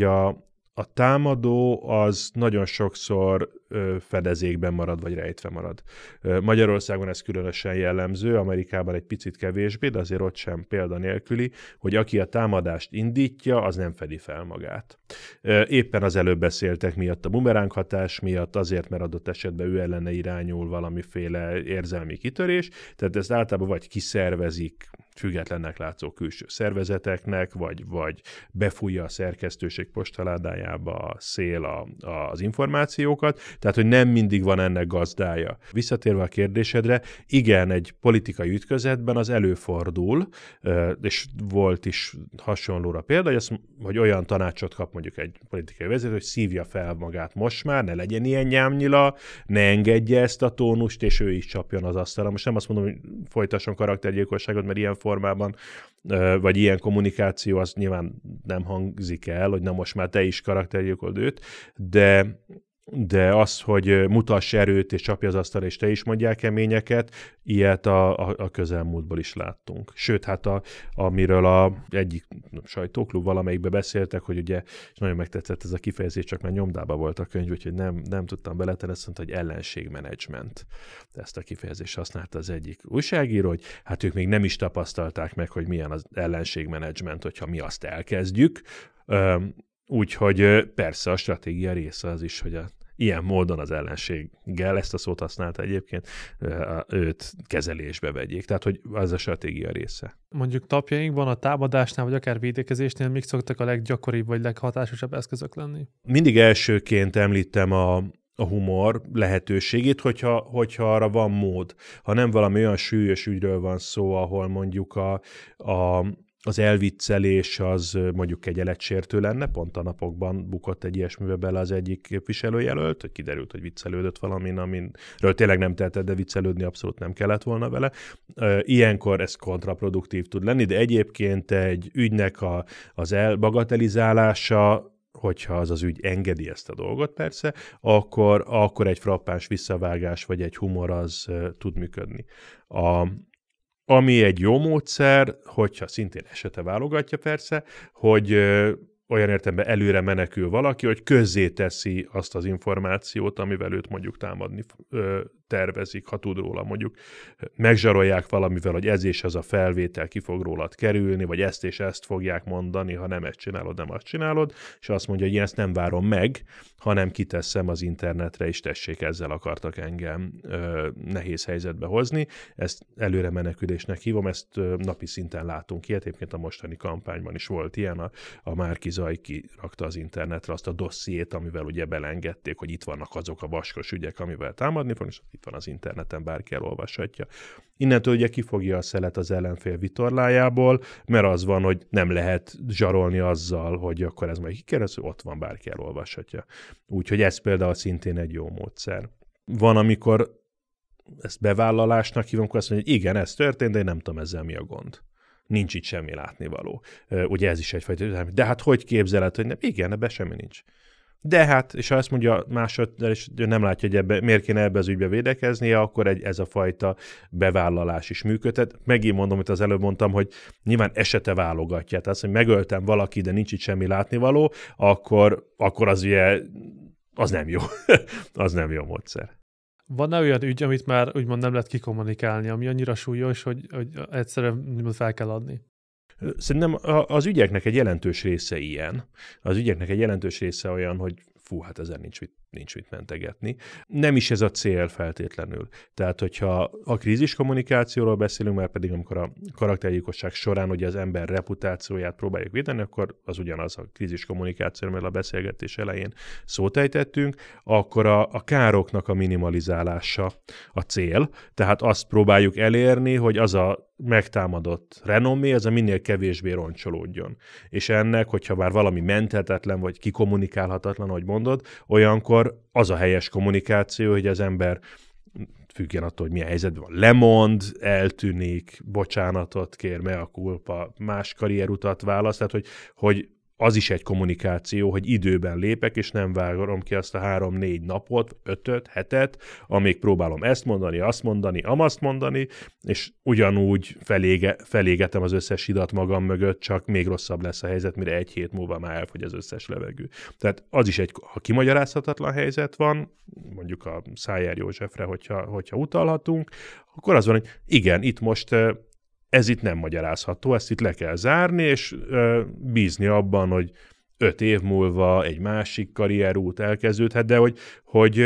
a támadó az nagyon sokszor fedezékben marad, vagy rejtve marad. Magyarországon ez különösen jellemző, Amerikában egy picit kevésbé, de azért ott sem példa nélküli, hogy aki a támadást indítja, az nem fedi fel magát. Éppen az előbb beszéltek miatt a bumeráng hatás miatt, azért, mert adott esetben ő ellene irányul valamiféle érzelmi kitörés, tehát ezt általában vagy kiszervezik függetlennek látszó külső szervezeteknek, vagy befújja a szerkesztőség postaládájába a szél az információkat, tehát hogy nem mindig van ennek gazdája. Visszatérve a kérdésedre, igen, egy politikai ütközetben az előfordul, és volt is hasonlóra példa, hogy olyan tanácsot kap mondjuk egy politikai vezető, hogy szívja fel magát most már, ne legyen ilyen nyámnyila, ne engedje ezt a tónust, és ő is csapjon az asztalra. Most nem azt mondom, hogy folytasson karaktergyilkosságot, mert ilyen formában, vagy ilyen kommunikáció, az nyilván nem hangzik el, hogy na most már te is karaktergyilkold őt, de az, hogy mutass erőt és csapja az asztalra, és te is mondjál keményeket, ilyet a közelmúltból is láttunk. Sőt, hát amiről egyik sajtóklub valamelyikbe beszéltek, hogy ugye, és nagyon megtetszett ez a kifejezés, csak már nyomdában volt a könyv, úgyhogy nem tudtam beletenni, azt mondta, hogy ellenségmenedzsment. Ezt a kifejezést használta az egyik újságíró, hogy hát ők még nem is tapasztalták meg, hogy milyen az ellenségmenedzsment, hogyha mi azt elkezdjük. Úgyhogy persze a stratégia része az is, hogy ilyen módon az ellenséggel, ezt a szót használta egyébként, őt kezelésbe vegyék. Tehát, hogy az a stratégia része. Mondjuk napjainkban a támadásnál, vagy akár védekezésnél mik szoktak a leggyakoribb, vagy leghatásosabb eszközök lenni? Mindig elsőként említem a humor lehetőségét, hogyha arra van mód. Ha nem valami olyan súlyos ügyről van szó, ahol mondjuk az elviccelés az mondjuk kegyeletsértő lenne, pont a napokban bukott egy ilyesmibe bele az egyik képviselőjelölt, hogy kiderült, hogy viccelődött valamin, amiről tényleg nem tehetett, de viccelődni abszolút nem kellett volna vele. Ilyenkor ez kontraproduktív tud lenni, de egyébként egy ügynek az elbagatelizálása, hogyha az ügy engedi ezt a dolgot persze, akkor egy frappáns visszavágás vagy egy humor az tud működni. Ami egy jó módszer, hogyha szintén esete válogatja persze, hogy olyan értelemben előre menekül valaki, hogy közzéteszi azt az információt, amivel őt mondjuk támadni tervezik, ha tud róla, mondjuk megzsarolják valamivel, hogy ez és ez a felvétel ki fog rólad kerülni, vagy ezt és ezt fogják mondani, ha nem ezt csinálod, nem azt csinálod, és azt mondja, hogy én ezt nem várom meg, hanem kiteszem az internetre, és tessék, ezzel akartak engem nehéz helyzetbe hozni. Ezt előre menekülésnek hívom, ezt napi szinten látunk ilyet, egyébként a mostani kampányban is volt ilyen, a Márki Zaj kirakta az internetre azt a dossziét, amivel ugye belengedték, hogy itt vannak azok a vaskos ügyek, amivel támadni fognak, és itt van az interneten, bárki elolvashatja. Innentől ugye kifogja a szelet az ellenfél vitorlájából, mert az van, hogy nem lehet zsarolni azzal, hogy akkor ez majd kikerül, ott van, bárki elolvashatja. Úgyhogy ez például szintén egy jó módszer. Van, amikor ezt bevállalásnak hívom, akkor azt mondja, hogy igen, ez történt, de én nem tudom ezzel mi a gond. Nincs itt semmi látnivaló. Ugye ez is egyfajta, de hát hogy képzeled, hogy nem? Igen, ebben semmi nincs. De hát, és ha azt mondja másodszor, és nem látja, hogy miért kéne ebbe az ügybe védekeznie, akkor ez a fajta bevállalás is működhet. Megint mondom, amit az előbb mondtam, hogy nyilván esete válogatja. Tehát, hogy megöltem valaki, de nincs itt semmi látnivaló, akkor az ugye, az nem jó. Az nem jó módszer. Van-e olyan ügy, amit már úgymond nem lehet kikommunikálni, ami annyira súlyos, hogy egyszerűen fel kell adni? Szerintem az ügyeknek egy jelentős része ilyen. Az ügyeknek egy jelentős része olyan, hogy hát ezen nincs mit mentegetni. Nem is ez a cél feltétlenül. Tehát, hogyha a krízis kommunikációról beszélünk, már pedig amikor a karaktergyilkosság során ugye az ember reputációját próbáljuk védeni, akkor az ugyanaz a krízis kommunikáció, mert a beszélgetés elején szót ejtettünk, akkor a károknak a minimalizálása a cél. Tehát azt próbáljuk elérni, hogy az a megtámadott renommé, az a minél kevésbé roncsolódjon. És ennek, hogyha már valami menthetetlen, vagy kikommunikálhatatlan, ahogy mondod, olyankor az a helyes kommunikáció, hogy az ember függjen attól, hogy milyen helyzetben van, lemond, eltűnik, bocsánatot kér, mea culpa, más karrierutat választ, tehát hogy az is egy kommunikáció, hogy időben lépek, és nem vágom ki azt a 3-4 napot, 5-öt, 7-et, amíg próbálom ezt mondani, azt mondani, amazt mondani, és ugyanúgy felégetem az összes hidat magam mögött, csak még rosszabb lesz a helyzet, mire 1 hét múlva már elfogy az összes levegő. Tehát az is ha kimagyarázhatatlan helyzet van, mondjuk a Szájer Józsefre, hogyha utalhatunk, akkor az van, hogy igen, itt most ez itt nem magyarázható, ezt itt le kell zárni, és bízni abban, hogy 5 év múlva egy másik karrierút elkezdődhet, de hogy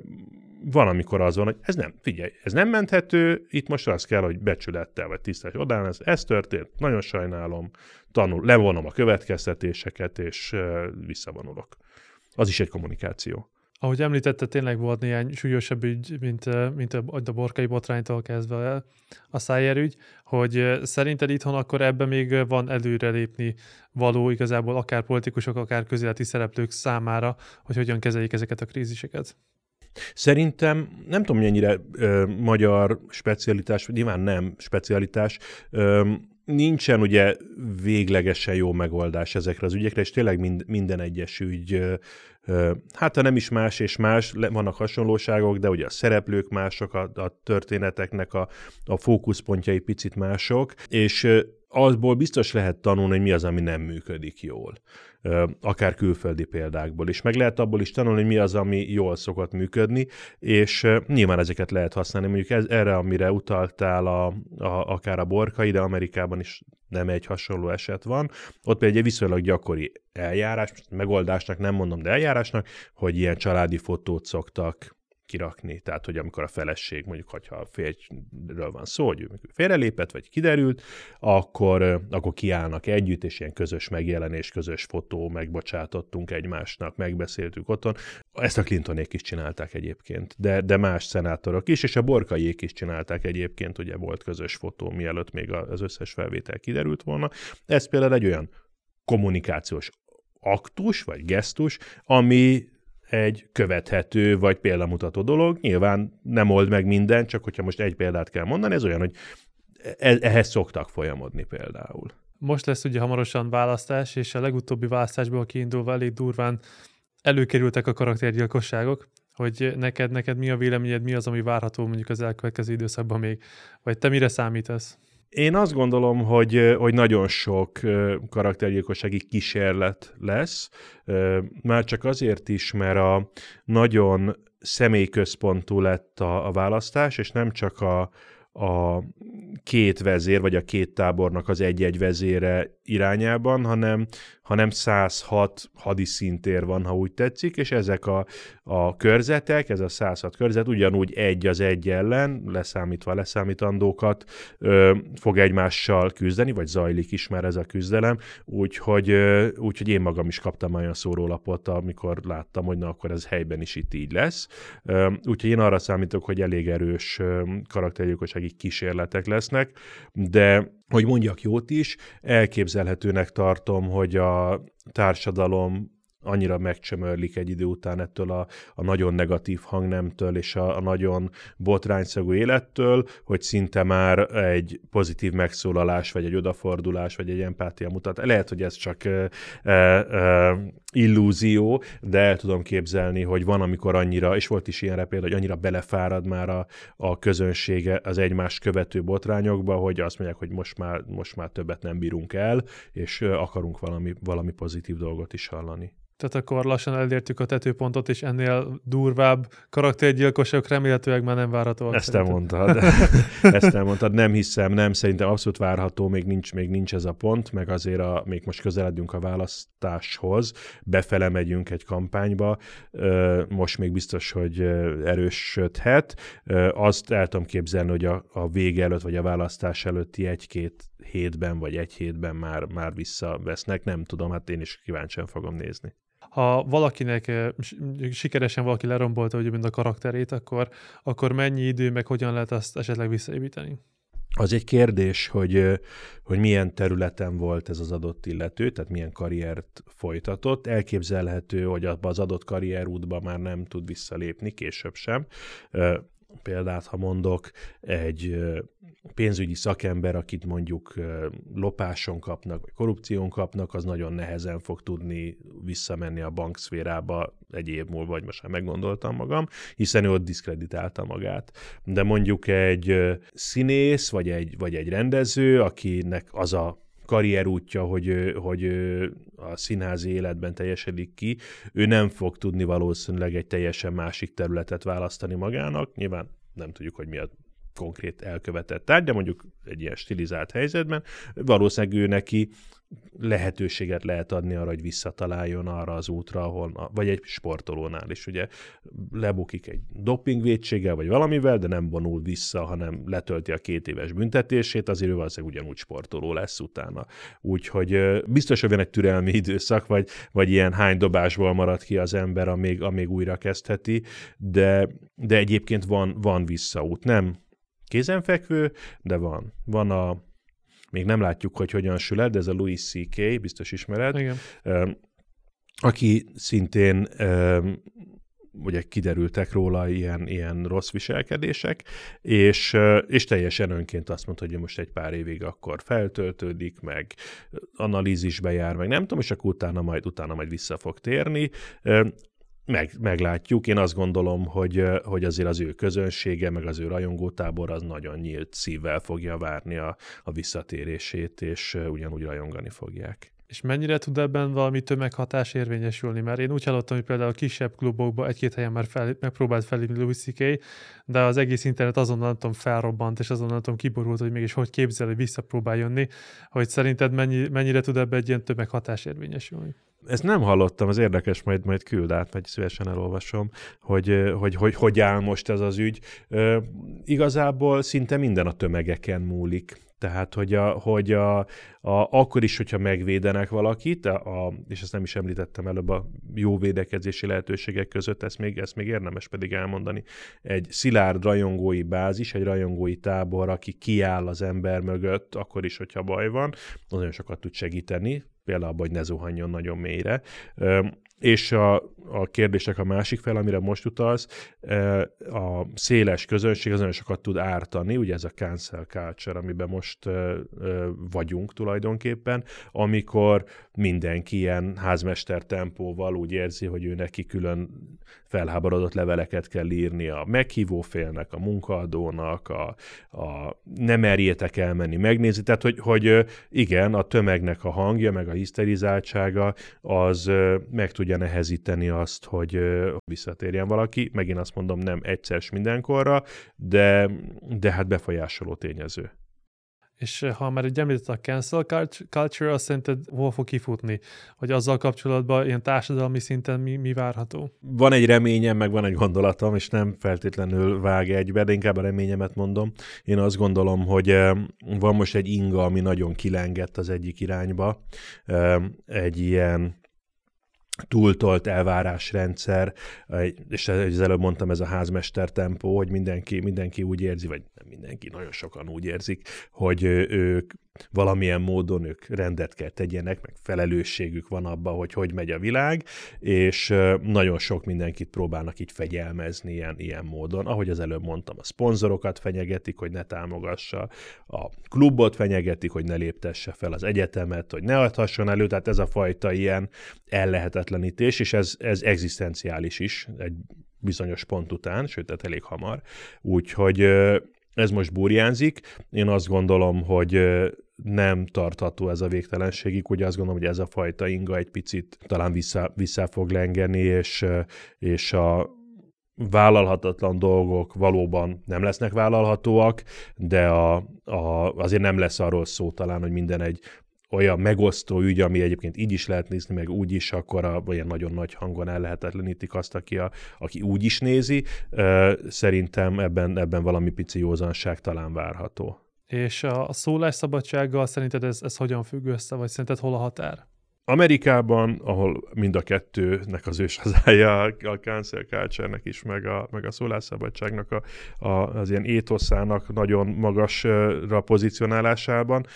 van, amikor az van, hogy ez nem menthető, itt most az kell, hogy becsülettel vagy tisztes odán, ez történt, nagyon sajnálom, levonom a következtetéseket, és visszavonulok. Az is egy kommunikáció. Ahogy említette, tényleg volt néhány súlyosabb ügy, mint a Borkai botránytól kezdve a Szájer ügy, hogy szerinted itthon akkor ebben még van előrelépni való igazából akár politikusok, akár közéleti szereplők számára, hogy hogyan kezeljék ezeket a kríziseket? Szerintem nem tudom, mennyire magyar specialitás, vagy nyilván nem specialitás, nincsen ugye véglegesen jó megoldás ezekre az ügyekre, és tényleg minden egyes ügy, hát ha nem is más és más, vannak hasonlóságok, de ugye a szereplők mások, a történeteknek a fókuszpontjai picit mások, és azból biztos lehet tanulni, hogy mi az, ami nem működik jól. Akár külföldi példákból is. Meg lehet abból is tanulni, hogy mi az, ami jól szokott működni, és nyilván ezeket lehet használni. Mondjuk erre, amire utaltál akár a Borkai, de Amerikában is nem egy hasonló eset van. Ott például egy viszonylag gyakori eljárás, megoldásnak nem mondom, de eljárásnak, hogy ilyen családi fotót szoktak kirakni. Tehát, hogy amikor a feleség, mondjuk, hogyha a férjről van szó, hogy ő félrelépett, vagy kiderült, akkor kiállnak együtt, és ilyen közös megjelenés, közös fotó, megbocsátottunk egymásnak, megbeszéltük otthon. Ezt a Clintonék is csinálták egyébként, de más szenátorok is, és a Borkaiék is csinálták egyébként, ugye volt közös fotó, mielőtt még az összes felvétel kiderült volna. Ez például egy olyan kommunikációs aktus, vagy gesztus, ami egy követhető, vagy példamutató dolog. Nyilván nem old meg mindent, csak hogyha most egy példát kell mondani, ez olyan, hogy ehhez szoktak folyamodni például. Most lesz ugye hamarosan választás, és a legutóbbi választásból kiindulva elég durván előkerültek a karaktergyilkosságok, hogy neked mi a véleményed, mi az, ami várható mondjuk az elkövetkező időszakban még, vagy te mire számítasz? Én azt gondolom, hogy nagyon sok karaktergyilkossági kísérlet lesz, már csak azért is, mert a nagyon személyközpontú lett a választás, és nem csak a két vezér, vagy a két tábornak az egy-egy vezére irányában, hanem 106 hadiszintér van, ha úgy tetszik, és ezek a körzetek, ez a 106 körzet ugyanúgy egy az egy ellen, leszámítva leszámítandókat fog egymással küzdeni, vagy zajlik is már ez a küzdelem, úgyhogy én magam is kaptam olyan szórólapot, amikor láttam, hogy na, akkor ez helyben is itt így lesz. Úgyhogy én arra számítok, hogy elég erős karaktergyilkossági kísérletek lesznek, de hogy mondjak jót is, elképzelhetőnek tartom, hogy a társadalom annyira megcsömörlik egy idő után ettől a nagyon negatív hangnemtől és a nagyon botrányszagú élettől, hogy szinte már egy pozitív megszólalás, vagy egy odafordulás, vagy egy empátia mutat. Lehet, hogy ez csak illúzió, de el tudom képzelni, hogy van, amikor annyira, és volt is ilyenre például, hogy annyira belefárad már a közönsége az egymást követő botrányokba, hogy azt mondják, hogy most már többet nem bírunk el, és akarunk valami pozitív dolgot is hallani. Tehát akkor lassan elértük a tetőpontot, és ennél durvább karaktergyilkosok remélhetőleg már nem várhatóak. Ezt elmondtad. Ezt elmondtad. Nem hiszem, nem. Szerintem abszolút várható, még nincs ez a pont, meg azért még most közeledünk a választáshoz, befele megyünk egy kampányba, most még biztos, hogy erősödhet. Azt el tudom képzelni, hogy a vége előtt, vagy a választás előtti egy-két hétben, vagy egy hétben már visszavesznek. Nem tudom, hát én is kíváncsian fogom nézni. Ha valakinek sikeresen valaki lerombolta mind a karakterét, akkor mennyi idő, meg hogyan lehet azt esetleg visszaépíteni? Az egy kérdés, hogy milyen területen volt ez az adott illető, tehát milyen karriert folytatott. Elképzelhető, hogy abban az adott karrierútban már nem tud visszalépni, később sem. Példát, ha mondok, egy pénzügyi szakember, akit mondjuk lopáson kapnak, vagy korrupción kapnak, az nagyon nehezen fog tudni visszamenni a bankszférába egy év múlva, vagy most már meggondoltam magam, hiszen ő ott diszkreditálta magát. De mondjuk egy színész, vagy egy rendező, akinek az a karrierútja, hogy a színházi életben teljesedik ki, ő nem fog tudni valószínűleg egy teljesen másik területet választani magának. Nyilván nem tudjuk, hogy mi a konkrét elkövetett tárgy, de mondjuk egy ilyen stilizált helyzetben valószínűleg ő neki lehetőséget lehet adni arra, hogy visszataláljon arra az útra, ahol, vagy egy sportolónál is, ugye lebukik egy dopingvétséggel, vagy valamivel, de nem vonul vissza, hanem letölti a 2 éves büntetését, azért ő valószínűleg ugyanúgy sportoló lesz utána. Úgyhogy biztos, hogy van egy türelmi időszak, vagy ilyen hány dobásból marad ki az ember, amíg újra kezdheti, de egyébként van visszaút. Nem kézenfekvő, de van még nem látjuk, hogy hogyan sül el, de ez a Louis C.K., biztos ismered, Igen. Aki szintén ugye kiderültek róla ilyen rossz viselkedések, és teljesen önként azt mondta, hogy ő most egy pár évig akkor feltöltődik, meg analízisbe jár, meg nem tudom, és akkor utána majd vissza fog térni. Meglátjuk. Én azt gondolom, hogy azért az ő közönsége, meg az ő rajongótábor az nagyon nyílt szívvel fogja várni a visszatérését, és ugyanúgy rajongani fogják. És mennyire tud ebben valami tömeghatás érvényesülni? Mert én úgy hallottam, hogy például a kisebb klubokban egy-két helyen már megpróbált felhívni Louis C.K., de az egész internet azonnal nem tudom felrobbant, és azonnal nem tudom kiborult, hogy mégis hogy képzel, hogy visszapróbál jönni, hogy szerinted mennyire tud ebben egy ilyen tömeghatás érvényesülni? Ezt nem hallottam, az érdekes, majd küld át, vagy szívesen elolvasom, hogy áll most ez az ügy. Igazából szinte minden a tömegeken múlik. Tehát, hogy akkor is, hogyha megvédenek valakit, és ezt nem is említettem előbb a jó védekezési lehetőségek között, ezt még érdemes pedig elmondani. Egy szilárd rajongói bázis, egy rajongói tábor, aki kiáll az ember mögött, akkor is, hogyha baj van, az nagyon sokat tud segíteni, például abban, hogy ne zuhanjon nagyon mélyre. És a kérdések a másik fel, amire most utalsz, a széles közönség az nagyon sokat tud ártani, ugye ez a cancel culture, amiben most vagyunk tulajdonképpen, amikor mindenki ilyen házmester tempóval úgy érzi, hogy ő neki külön felháborodott leveleket kell írni a meghívó félnek, a munkaadónak, nem merjétek elmenni megnézni, tehát hogy igen, a tömegnek a hangja, meg a hiszterizáltsága az meg tudja nehezíteni azt, hogy visszatérjen valaki. Megint azt mondom, nem egyszer mindenkorra, de hát befolyásoló tényező. És ha már egy említett a cancel culture, azt szerinted hol fog kifutni? Vagy azzal kapcsolatban ilyen társadalmi szinten mi várható? Van egy reményem, meg van egy gondolatom, és nem feltétlenül vág egybe, de inkább a reményemet mondom. Én azt gondolom, hogy van most egy inga, ami nagyon kilengett az egyik irányba. Egy ilyen túltolt elvárásrendszer, és az előbb mondtam, ez a házmester tempó, hogy mindenki úgy érzi, vagy nem mindenki, nagyon sokan úgy érzik, hogy ők valamilyen módon ők rendet kell tegyenek, meg felelősségük van abban, hogy megy a világ, és nagyon sok mindenkit próbálnak így fegyelmezni ilyen módon. Ahogy az előbb mondtam, a szponzorokat fenyegetik, hogy ne támogassa, a klubot fenyegetik, hogy ne léptesse fel az egyetemet, hogy ne adhasson elő, tehát ez a fajta ilyen ellehetetlenítés, és ez egzisztenciális is egy bizonyos pont után, sőt, tehát elég hamar. Úgyhogy ez most burjánzik. Én azt gondolom, hogy nem tartható ez a végtelenségig, ugye azt gondolom, hogy ez a fajta inga egy picit talán vissza fog lengeni, és a vállalhatatlan dolgok valóban nem lesznek vállalhatóak, de azért nem lesz arról szó talán, hogy minden egy olyan megosztó ügy, ami egyébként így is lehet nézni, meg úgy is, akkor olyan nagyon nagy hangon ellehetetlenítik azt, aki úgy is nézi. Szerintem ebben valami pici józanság talán várható. És a szólásszabadsággal szerinted ez hogyan függ össze, vagy szerinted hol a határ? Amerikában, ahol mind a kettőnek az őshazája, a cancel culture-nek is, meg a szólásszabadságnak az ilyen étoszának nagyon magasra pozícionálásában,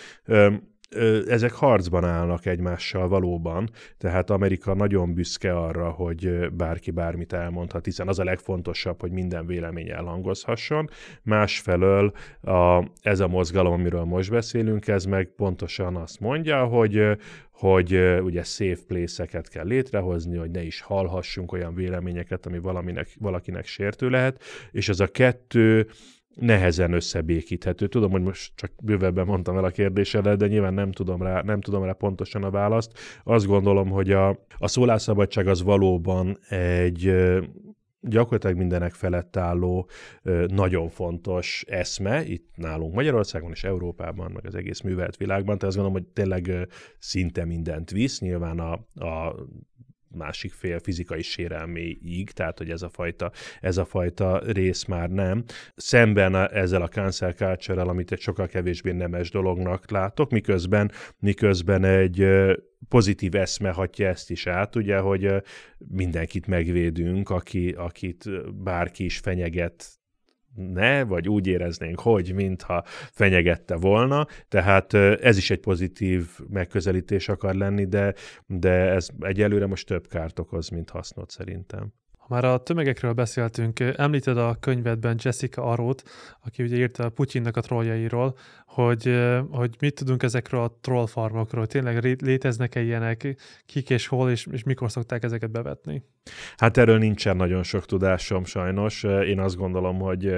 ezek harcban állnak egymással valóban, tehát Amerika nagyon büszke arra, hogy bárki bármit elmondhat, hiszen az a legfontosabb, hogy minden vélemény elhangozhasson. Másfelől ez a mozgalom, amiről most beszélünk, ez meg pontosan azt mondja, hogy ugye safe place-eket kell létrehozni, hogy ne is hallhassunk olyan véleményeket, ami valakinek sértő lehet, és ez a kettő nehezen összebékíthető. Tudom, hogy most csak bővebben mondtam el a kérdésedet, de nyilván nem tudom rá pontosan a választ. Azt gondolom, hogy a szólásszabadság az valóban egy gyakorlatilag mindenek felett álló nagyon fontos eszme, itt nálunk Magyarországon és Európában, meg az egész művelt világban, tehát azt gondolom, hogy tényleg szinte mindent visz, nyilván a másik fél fizikai sérelméig, tehát hogy ez a fajta rész már nem. Szemben ezzel a cancel culture-rel, amit egy sokkal kevésbé nemes dolognak látok, miközben egy pozitív eszme hatja ezt is át, ugye, hogy mindenkit megvédünk, akit bárki is fenyeget, vagy úgy éreznénk, hogy mintha fenyegette volna, tehát ez is egy pozitív megközelítés akar lenni, de ez egyelőre most több kárt okoz, mint hasznot szerintem. Ha már a tömegekről beszéltünk, említed a könyvedben Jessica Arrowt, aki ugye írta a Putyinnak a trolljairól, hogy mit tudunk ezekről a trollfarmokról, tényleg léteznek-e ilyenek, kik és hol, és mikor szokták ezeket bevetni? Hát erről nincsen nagyon sok tudásom sajnos. Én azt gondolom,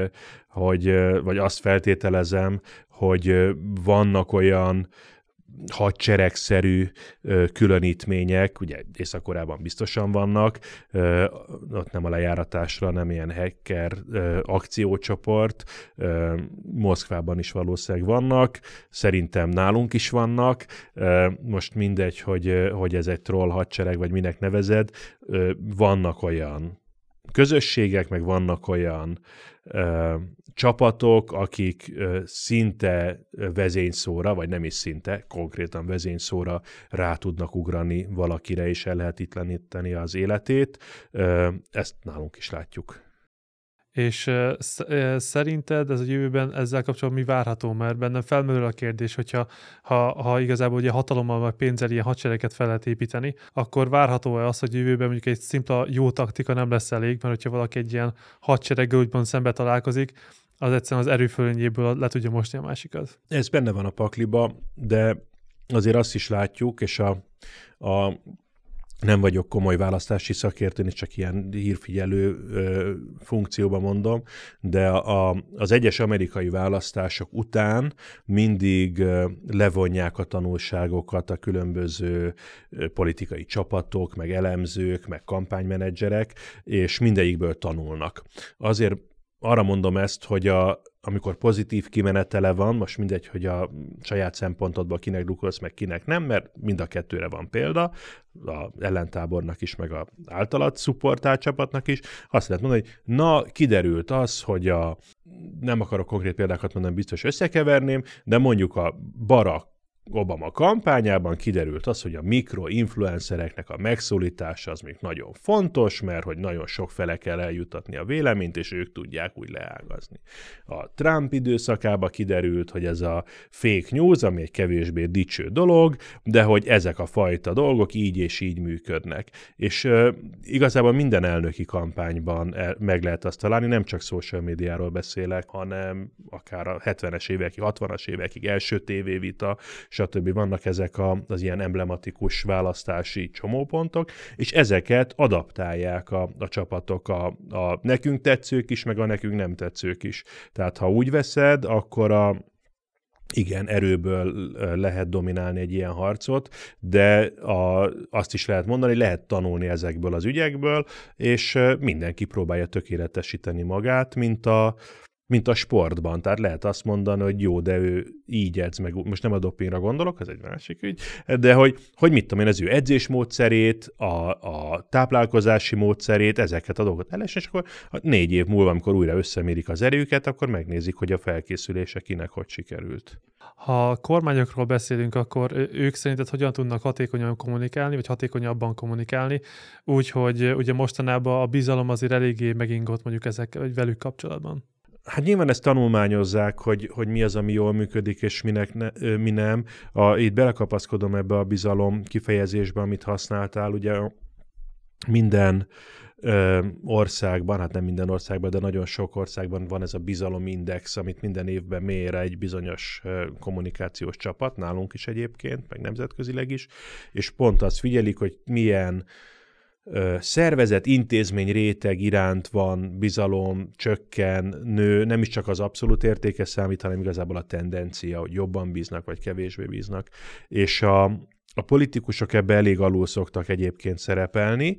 vagy azt feltételezem, hogy vannak olyan hadseregszerű különítmények, ugye Észak-Koreában biztosan vannak, ott nem a lejáratásra, nem ilyen hacker akciócsoport, Moszkvában is valószínűleg vannak, szerintem nálunk is vannak, most mindegy, hogy ez egy troll hadsereg, vagy minek nevezed, vannak olyan közösségek, meg vannak olyan csapatok, akik szinte vezényszóra, vagy nem is szinte, konkrétan vezényszóra rá tudnak ugrani valakire és ellehetetleníteni az életét. Ezt nálunk is látjuk. És szerinted ez a jövőben ezzel kapcsolatban mi várható? Mert bennem felmerül a kérdés, hogyha ha igazából ugye hatalommal vagy pénzzel ilyen hadsereget fel lehet építeni, akkor várható-e az, hogy jövőben mondjuk egy szimpla jó taktika nem lesz elég, mert hogyha valaki egy ilyen hadsereggel úgymond szembe találkozik, az egyszerűen az erőfölényéből le tudja mosni a másikat. Ez benne van a pakliba, de azért azt is látjuk, és nem vagyok komoly választási szakértő, csak ilyen hírfigyelő funkcióban mondom, de az egyes amerikai választások után mindig levonják a tanulságokat a különböző politikai csapatok, meg elemzők, meg kampánymenedzserek, és mindegyikből tanulnak. Azért arra mondom ezt, hogy amikor pozitív kimenetele van, most mindegy, hogy a saját szempontodból kinek drukkolsz, meg kinek nem, mert mind a kettőre van példa, az ellentábornak is, meg az általad szupportált csapatnak is. Azt lehet mondani, hogy na, kiderült az, hogy nem akarok konkrét példákat mondani, biztos összekeverném, de mondjuk a Barack Obama kampányában kiderült az, hogy a mikroinfluencereknek a megszólítása az még nagyon fontos, mert hogy nagyon sok fele kell eljutatni a véleményt, és ők tudják úgy leágazni. A Trump időszakában kiderült, hogy ez a fake news, ami egy kevésbé dicső dolog, de hogy ezek a fajta dolgok így és így működnek. És igazából minden elnöki kampányban meg lehet azt találni, nem csak social médiáról beszélek, hanem akár a 70-es évekig, 60-as évekig első tévévita, stb. Vannak ezek az ilyen emblematikus választási csomópontok, és ezeket adaptálják a csapatok, a nekünk tetszők is, meg a nekünk nem tetszők is. Tehát ha úgy veszed, akkor igen, erőből lehet dominálni egy ilyen harcot, de azt is lehet mondani, lehet tanulni ezekből az ügyekből, és mindenki próbálja tökéletesíteni magát, mint a sportban. Tehát lehet azt mondani, hogy jó, de ő így edz meg, most nem a dopingra gondolok, ez egy másik ügy, de hogy mit tudom én, az ő edzésmódszerét, a táplálkozási módszerét, ezeket a dolgokat elesen, és akkor 4 év múlva, amikor újra összemérik az erőket, akkor megnézik, hogy a felkészülése kinek hogy sikerült. Ha kormányokról beszélünk, akkor ők szerinted hogyan tudnak hatékonyan kommunikálni, vagy hatékonyabban kommunikálni, úgyhogy ugye mostanában a bizalom azért eléggé megingott mondjuk ezek velük kapcsolatban? Hát nyilván ezt tanulmányozzák, hogy mi az, ami jól működik, és mi nem. Itt belekapaszkodom ebbe a bizalom kifejezésbe, amit használtál. Ugye minden országban, hát nem minden országban, de nagyon sok országban van ez a bizalomindex, amit minden évben mér egy bizonyos kommunikációs csapat, nálunk is egyébként, meg nemzetközileg is, és pont azt figyelik, hogy milyen szervezet, intézmény, réteg iránt van bizalom, csökken, nő, nem is csak az abszolút értéke számít, hanem igazából a tendencia, hogy jobban bíznak, vagy kevésbé bíznak. És a politikusok ebbe elég alul szoktak egyébként szerepelni,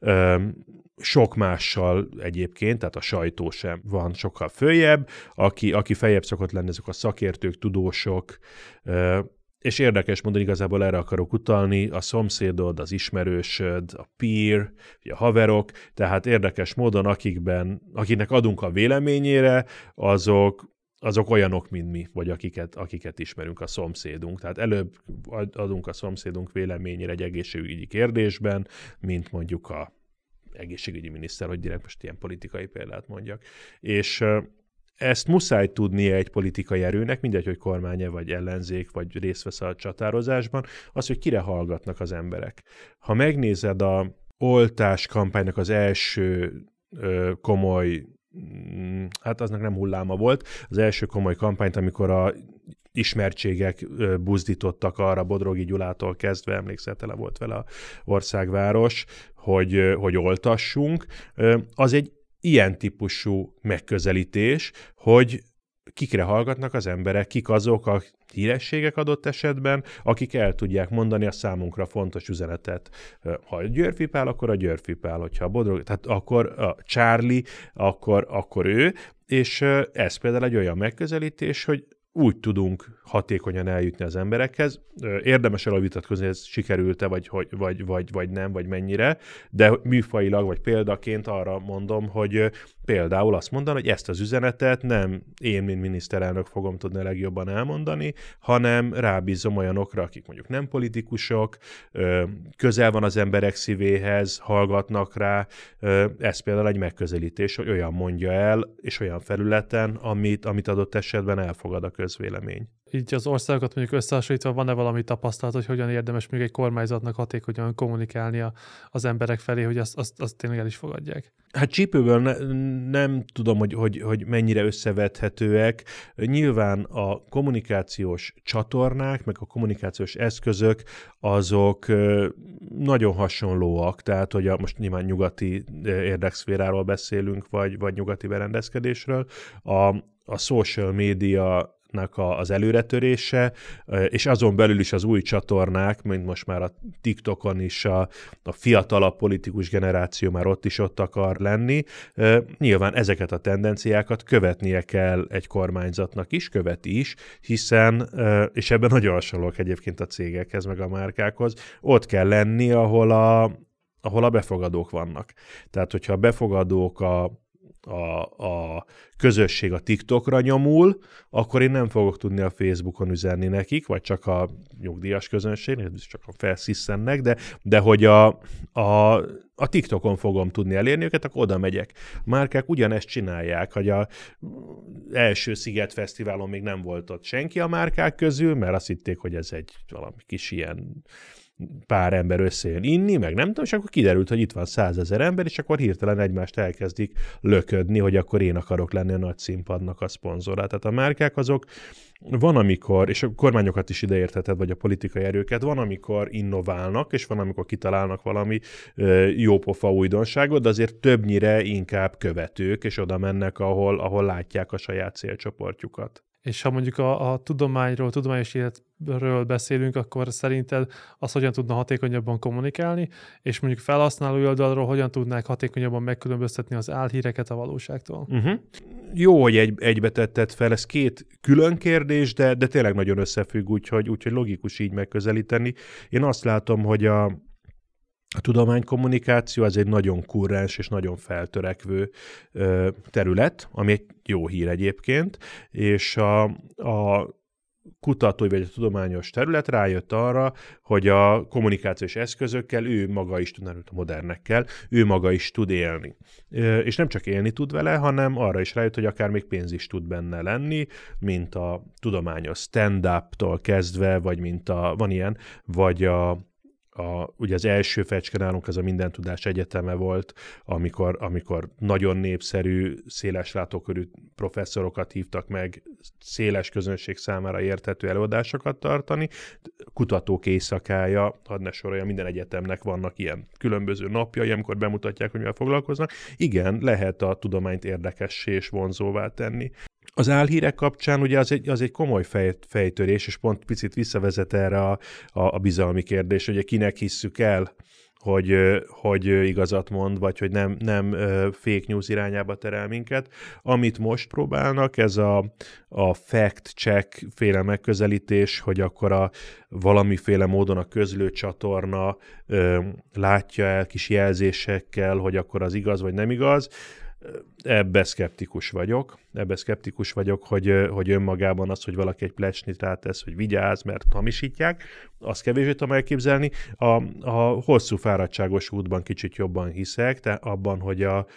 sok mással egyébként, tehát a sajtó sem van sokkal följebb, aki feljebb szokott lenni, ezek a szakértők, tudósok, és érdekes mondani, igazából erre akarok utalni, a szomszédod, az ismerősöd, a peer, a haverok, tehát érdekes módon, akiknek adunk a véleményére, azok olyanok, mint mi, vagy akiket ismerünk, a szomszédunk. Tehát előbb adunk a szomszédunk véleményére egy egészségügyi kérdésben, mint mondjuk a egészségügyi miniszter, hogy direkt most ilyen politikai példát mondjak. És ezt muszáj tudnia egy politikai erőnek, mindegy, hogy kormánya, vagy ellenzék, vagy részt vesz a csatározásban, az, hogy kire hallgatnak az emberek. Ha megnézed a oltás kampánynak az első komoly, hát aznak nem hulláma volt, az első komoly kampányt, amikor a ismertségek buzdítottak arra, Bodrogi Gyulától kezdve, emlékszel, tele volt vele a országváros, hogy oltassunk, az egy ilyen típusú megközelítés, hogy kikre hallgatnak az emberek, kik azok a hírességek adott esetben, akik el tudják mondani a számunkra fontos üzenetet. Ha a Györfi Pál, akkor a Györfi Pál, hogyha a Bodrog, tehát akkor a Charlie, akkor ő, és ez például egy olyan megközelítés, hogy úgy tudunk hatékonyan eljutni az emberekhez. Érdemes elvitatkozni, ez sikerült-e, vagy nem, vagy mennyire, de műfajilag, vagy példaként arra mondom, hogy például azt mondani, hogy ezt az üzenetet nem én, mint miniszterelnök fogom tudni legjobban elmondani, hanem rábízom olyanokra, akik mondjuk nem politikusok, közel van az emberek szívéhez, hallgatnak rá. Ez például egy megközelítés, hogy olyan mondja el, és olyan felületen, amit adott esetben elfogad a közvélemény. így az országokat mondjuk összehasonlítva van-e valami tapasztalat, hogy hogyan érdemes még egy kormányzatnak hatékonyan kommunikálnia az emberek felé, hogy azt tényleg el is fogadják? Hát csípőből nem tudom, hogy mennyire összevethetőek. Nyilván a kommunikációs csatornák, meg a kommunikációs eszközök, azok nagyon hasonlóak. Tehát, hogy most nyilván nyugati érdekszféráról beszélünk, vagy nyugati berendezkedésről. A social media az előretörése, és azon belül is az új csatornák, mint most már a TikTokon is a fiatalabb politikus generáció már ott akar lenni. Nyilván ezeket a tendenciákat követnie kell egy kormányzatnak is, követi is, hiszen, és ebben nagyon hasonlók egyébként a cégekhez, meg a márkákhoz, ott kell lenni, ahol a befogadók vannak. Tehát, hogyha a befogadók a közösség a TikTokra nyomul, akkor én nem fogok tudni a Facebookon üzenni nekik, vagy csak a nyugdíjas közönség, csak a felszisszennek, de hogy a TikTokon fogom tudni elérni őket, akkor oda megyek. A márkák ugyanezt csinálják, hogy az első Sziget Fesztiválon még nem volt ott senki a márkák közül, mert azt hitték, hogy ez egy valami kis ilyen pár ember összejön inni, meg nem tudom, és akkor kiderült, hogy itt van 100 000 ember, és akkor hirtelen egymást elkezdik löködni, hogy akkor én akarok lenni a nagy színpadnak a szponzora. Tehát a márkák azok van, amikor, és a kormányokat is ideértheted, vagy a politikai erőket, van, amikor innoválnak, és van, amikor kitalálnak valami jópofa újdonságot, de azért többnyire inkább követők, és oda mennek, ahol látják a saját célcsoportjukat. És ha mondjuk a tudományról, tudományos életről beszélünk, akkor szerinted az hogyan tudna hatékonyabban kommunikálni, és mondjuk felhasználói oldalról hogyan tudnák hatékonyabban megkülönböztetni az álhíreket a valóságtól? Jó, hogy egybe tetted fel, ez két külön kérdés, de tényleg nagyon összefügg, úgyhogy logikus így megközelíteni. Én azt látom, hogy a tudománykommunikáció az egy nagyon kurrens és nagyon feltörekvő terület, ami egy jó hír egyébként, és a kutatói vagy a tudományos terület rájött arra, hogy a kommunikációs eszközökkel ő maga is tud, a modernekkel, ő maga is tud élni. És nem csak élni tud vele, hanem arra is rájött, hogy akár még pénz is tud benne lenni, mint a tudományos stand-up-tól kezdve, vagy van ilyen, vagy ugye az első fecske nálunk az a Minden Tudás Egyeteme volt, amikor nagyon népszerű, széles látókörű professzorokat hívtak meg, széles közönség számára érthető előadásokat tartani. Kutatók éjszakája, hadd ne sorolja, minden egyetemnek vannak ilyen különböző napjai, amikor bemutatják, hogy mivel foglalkoznak. Igen, lehet a tudományt érdekessé és vonzóvá tenni. Az álhírek kapcsán ugye az egy komoly fejtörés, és pont picit visszavezet erre a bizalmi kérdés, hogy kinek hisszük el, hogy igazat mond, vagy hogy nem fake news irányába terel minket. Amit most próbálnak, ez a fact-check féle megközelítés, hogy akkor valamiféle módon a közlőcsatorna látja el kis jelzésekkel, hogy akkor az igaz, vagy nem igaz. Ebbe szkeptikus vagyok, hogy önmagában az, hogy valaki egy plecsnit rátesz, hogy vigyázz, mert hamisítják, azt kevésbé tudom elképzelni. A hosszú fáradtságos útban kicsit jobban hiszek, de abban, hogy a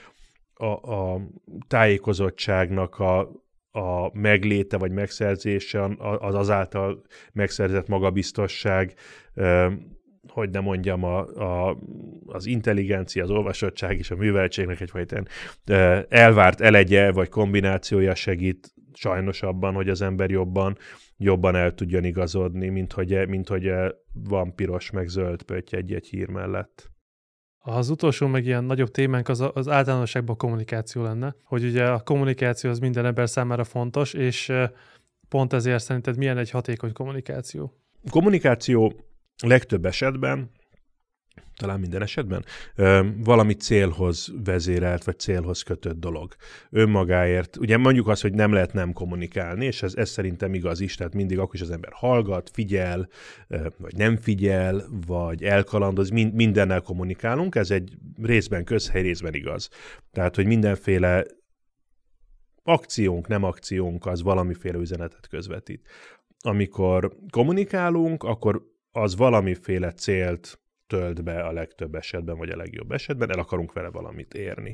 tájékozottságnak a megléte vagy megszerzése, az azáltal megszerzett magabiztosság, hogy nem mondjam, az intelligencia, az olvasottság és a műveltségnek egyfajta elvárt elegye vagy kombinációja segít sajnos abban, hogy az ember jobban el tudjon igazodni, mint hogy van piros meg zöld pötty egy hír mellett. Az utolsó meg ilyen nagyobb témánk az általánosságban a kommunikáció lenne, hogy ugye a kommunikáció az minden ember számára fontos, és pont ezért szerinted milyen egy hatékony kommunikáció? Kommunikáció legtöbb esetben, talán minden esetben, valami célhoz vezérelt, vagy célhoz kötött dolog. Önmagáért, ugye mondjuk azt, hogy nem lehet nem kommunikálni, és ez szerintem igaz is, tehát mindig akkor is az ember hallgat, figyel, vagy nem figyel, vagy elkalandoz, mindennel kommunikálunk, ez egy részben közhely, részben igaz. Tehát, hogy mindenféle akciónk, nem akciónk, az valamiféle üzenetet közvetít. Amikor kommunikálunk, akkor az valamiféle célt tölt be a legtöbb esetben, vagy a legjobb esetben, el akarunk vele valamit érni.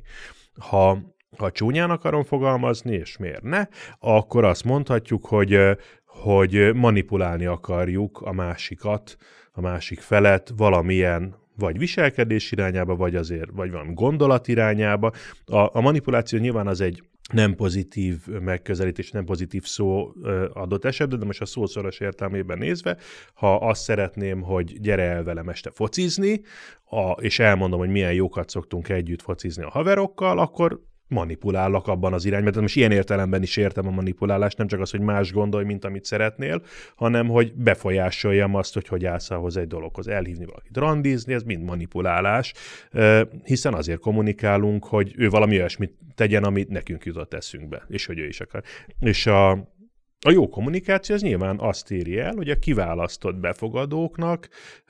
Ha csúnyán akarom fogalmazni, és miért ne, akkor azt mondhatjuk, hogy manipulálni akarjuk a másikat, a másik felet valamilyen vagy viselkedés irányába, vagy valami gondolat irányába. A manipuláció nyilván az egy nem pozitív megközelítés, nem pozitív szó adott esetben, de most a szószoros értelmében nézve, ha azt szeretném, hogy gyere el velem este focizni, és elmondom, hogy milyen jókat szoktunk együtt focizni a haverokkal, akkor manipulálok abban az irányban. Tehát most ilyen értelemben is értem a manipulálást, nem csak az, hogy más gondolj, mint amit szeretnél, hanem hogy befolyásoljam azt, hogy állsz ahhoz egy dologhoz. Elhívni valakit randizni, ez mind manipulálás, hiszen azért kommunikálunk, hogy ő valami olyasmit tegyen, amit nekünk jutott eszünkbe, és hogy ő is akar. És a jó kommunikáció az nyilván azt éri el, hogy a kiválasztott befogadóknak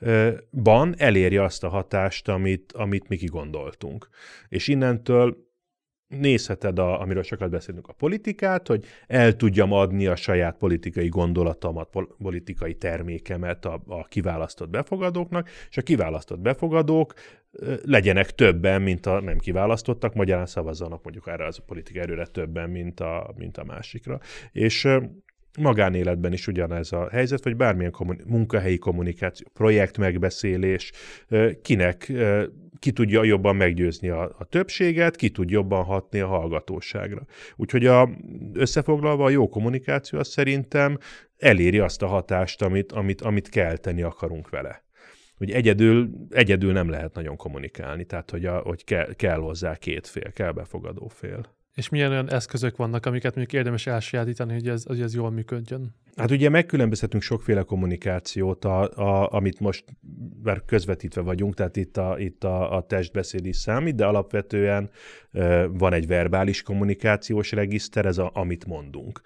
elérje azt a hatást, amit mi kigondoltunk. És innentől nézheted, amiről sokat beszélünk, a politikát, hogy el tudjam adni a saját politikai gondolatomat, politikai termékemet a kiválasztott befogadóknak, és a kiválasztott befogadók legyenek többen, mint a nem kiválasztottak, magyarán szavazzanak mondjuk erre az a politikai erőre többen, mint a másikra. És magánéletben is ugyanez a helyzet, vagy bármilyen munkahelyi kommunikáció, projektmegbeszélés, kinek ki tudja jobban meggyőzni a többséget, ki tud jobban hatni a hallgatóságra. Úgyhogy összefoglalva a jó kommunikáció az szerintem eléri azt a hatást, amit kelteni akarunk vele. Hogy egyedül nem lehet nagyon kommunikálni, tehát hogy kell hozzá két fél, kell befogadó fél. És milyen olyan eszközök vannak, amiket mondjuk érdemes elsajátítani, hogy ez jól működjön? Hát ugye megkülönböztetünk sokféle kommunikációt, amit most már közvetítve vagyunk, tehát itt a testbeszéd is számít, de alapvetően van egy verbális kommunikációs regiszter, ez amit mondunk.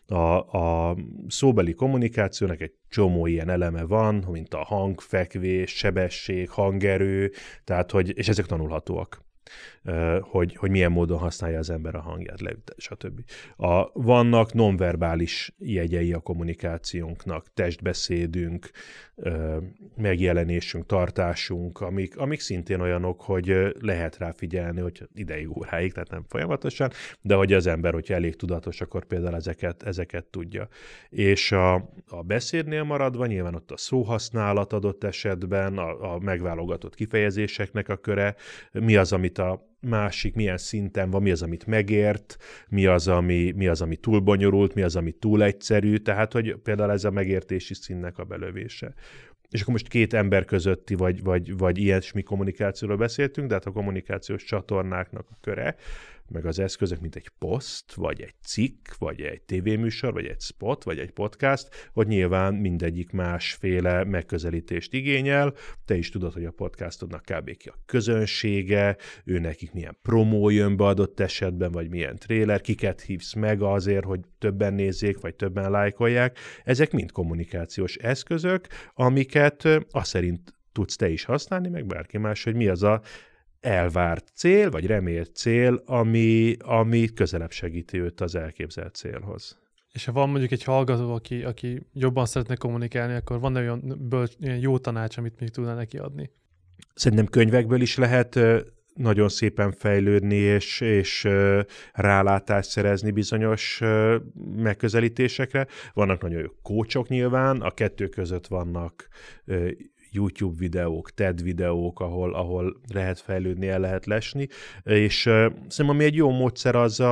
A szóbeli kommunikációnak egy csomó ilyen eleme van, mint a hangfekvés, sebesség, hangerő, tehát és ezek tanulhatóak. Hogy milyen módon használja az ember a hangját, stb. Vannak nonverbális jegyei a kommunikációnknak, testbeszédünk, megjelenésünk, tartásunk, amik szintén olyanok, hogy lehet rá figyelni, hogy ideig, óráig, tehát nem folyamatosan, de hogy az ember, hogyha elég tudatos, akkor például ezeket tudja. És a beszédnél maradva nyilván ott a szóhasználat adott esetben, a megválogatott kifejezéseknek a köre, mi az, amit a másik milyen szinten van, mi az, amit megért, mi az, ami túl bonyolult, mi az, ami túl egyszerű, tehát hogy például ez a megértési színnek a belövése. És akkor most két ember közötti, vagy ilyesmi kommunikációról beszéltünk, de hát a kommunikációs csatornáknak a köre, meg az eszközök, mint egy poszt, vagy egy cikk, vagy egy tévéműsor, vagy egy spot, vagy egy podcast, hogy nyilván mindegyik másféle megközelítést igényel. Te is tudod, hogy a podcastodnak kb. Ki a közönsége, ő nekik milyen promó jön be adott esetben, vagy milyen trailer, kiket hívsz meg azért, hogy többen nézzék, vagy többen lájkolják. Ezek mind kommunikációs eszközök, amiket azt szerint tudsz te is használni, meg bárki más, hogy mi az a elvárt cél, vagy remélt cél, ami közelebb segíti őt az elképzelt célhoz. És ha van mondjuk egy hallgató, aki jobban szeretne kommunikálni, akkor van olyan jó tanács, amit még tudna neki adni? Szerintem könyvekből is lehet nagyon szépen fejlődni, és rálátást szerezni bizonyos megközelítésekre. Vannak nagyon jó coachok nyilván, a kettő között vannak YouTube videók, TED videók, ahol lehet fejlődni, el lehet lesni, és szerintem ami egy jó módszer az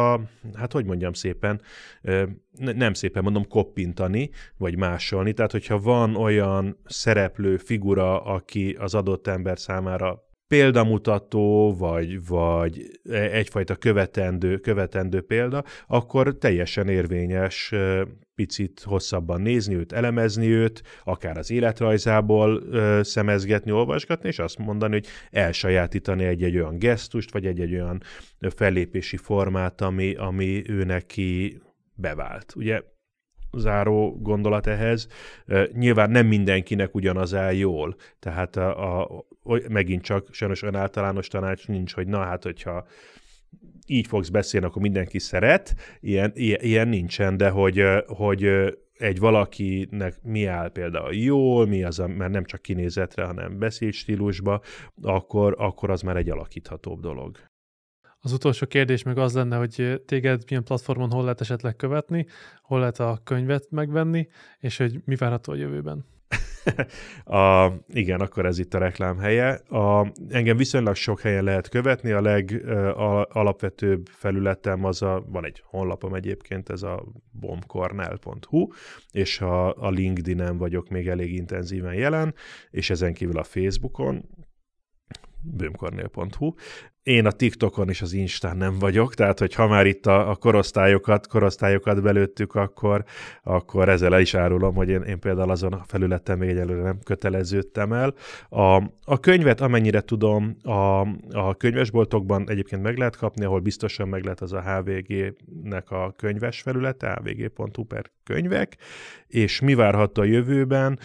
nem szépen mondom, koppintani, vagy másolni, tehát hogyha van olyan szereplő, figura, aki az adott ember számára példamutató, vagy egyfajta követendő példa, akkor teljesen érvényes picit hosszabban nézni őt, elemezni őt, akár az életrajzából szemezgetni, olvasgatni, és azt mondani, hogy elsajátítani egy olyan gesztust, vagy egy olyan fellépési formát, ami ő neki bevált. Ugye záró gondolat ehhez. Nyilván nem mindenkinek ugyanaz áll jól, tehát megint csak sajnos olyan általános tanács nincs, hogy na hát, hogyha így fogsz beszélni, akkor mindenki szeret, ilyen nincsen, de hogy egy valakinek mi áll például jól, mi az, mert nem csak kinézetre, hanem beszédstílusba, akkor az már egy alakíthatóbb dolog. Az utolsó kérdés meg az lenne, hogy téged milyen platformon hol lehet esetleg követni, hol lehet a könyvet megvenni, és hogy mi várható a jövőben. Igen, akkor ez itt a reklám helye. Engem viszonylag sok helyen lehet követni, a legalapvetőbb felületem van egy honlapom egyébként, ez a bombkornell.hu, és a LinkedIn-en vagyok még elég intenzíven jelen, és ezen kívül a Facebookon, boomkornél.hu. Én a TikTokon és az Instán nem vagyok, tehát hogy ha már itt a korosztályokat belőttük, akkor ezzel el is árulom, hogy én például azon a felületen még egyelőre nem köteleződtem el. A könyvet, amennyire tudom, a könyvesboltokban egyébként meg lehet kapni, ahol biztosan meg lehet az a HVG-nek a könyves felülete, hvg.hu/könyvek, és mi várható a jövőben?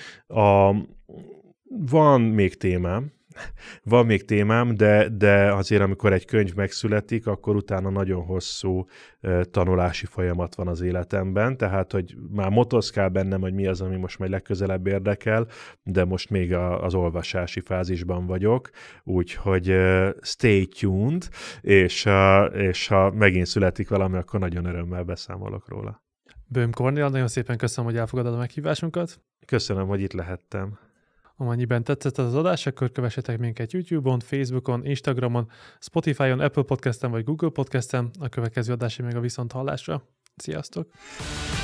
Van még témám, de azért, amikor egy könyv megszületik, akkor utána nagyon hosszú tanulási folyamat van az életemben, tehát, hogy már motoszkál bennem, hogy mi az, ami most majd legközelebb érdekel, de most még az olvasási fázisban vagyok, úgyhogy stay tuned, és ha megint születik valami, akkor nagyon örömmel beszámolok róla. Böhm Kornél, nagyon szépen köszönöm, hogy elfogadod a meghívásunkat. Köszönöm, hogy itt lehettem. Amennyiben tetszett az adás, akkor kövessetek minket YouTube-on, Facebookon, Instagramon, Spotify-on, Apple Podcast-en vagy Google Podcast-en. A következő adásig még a viszonthallásra. Sziasztok!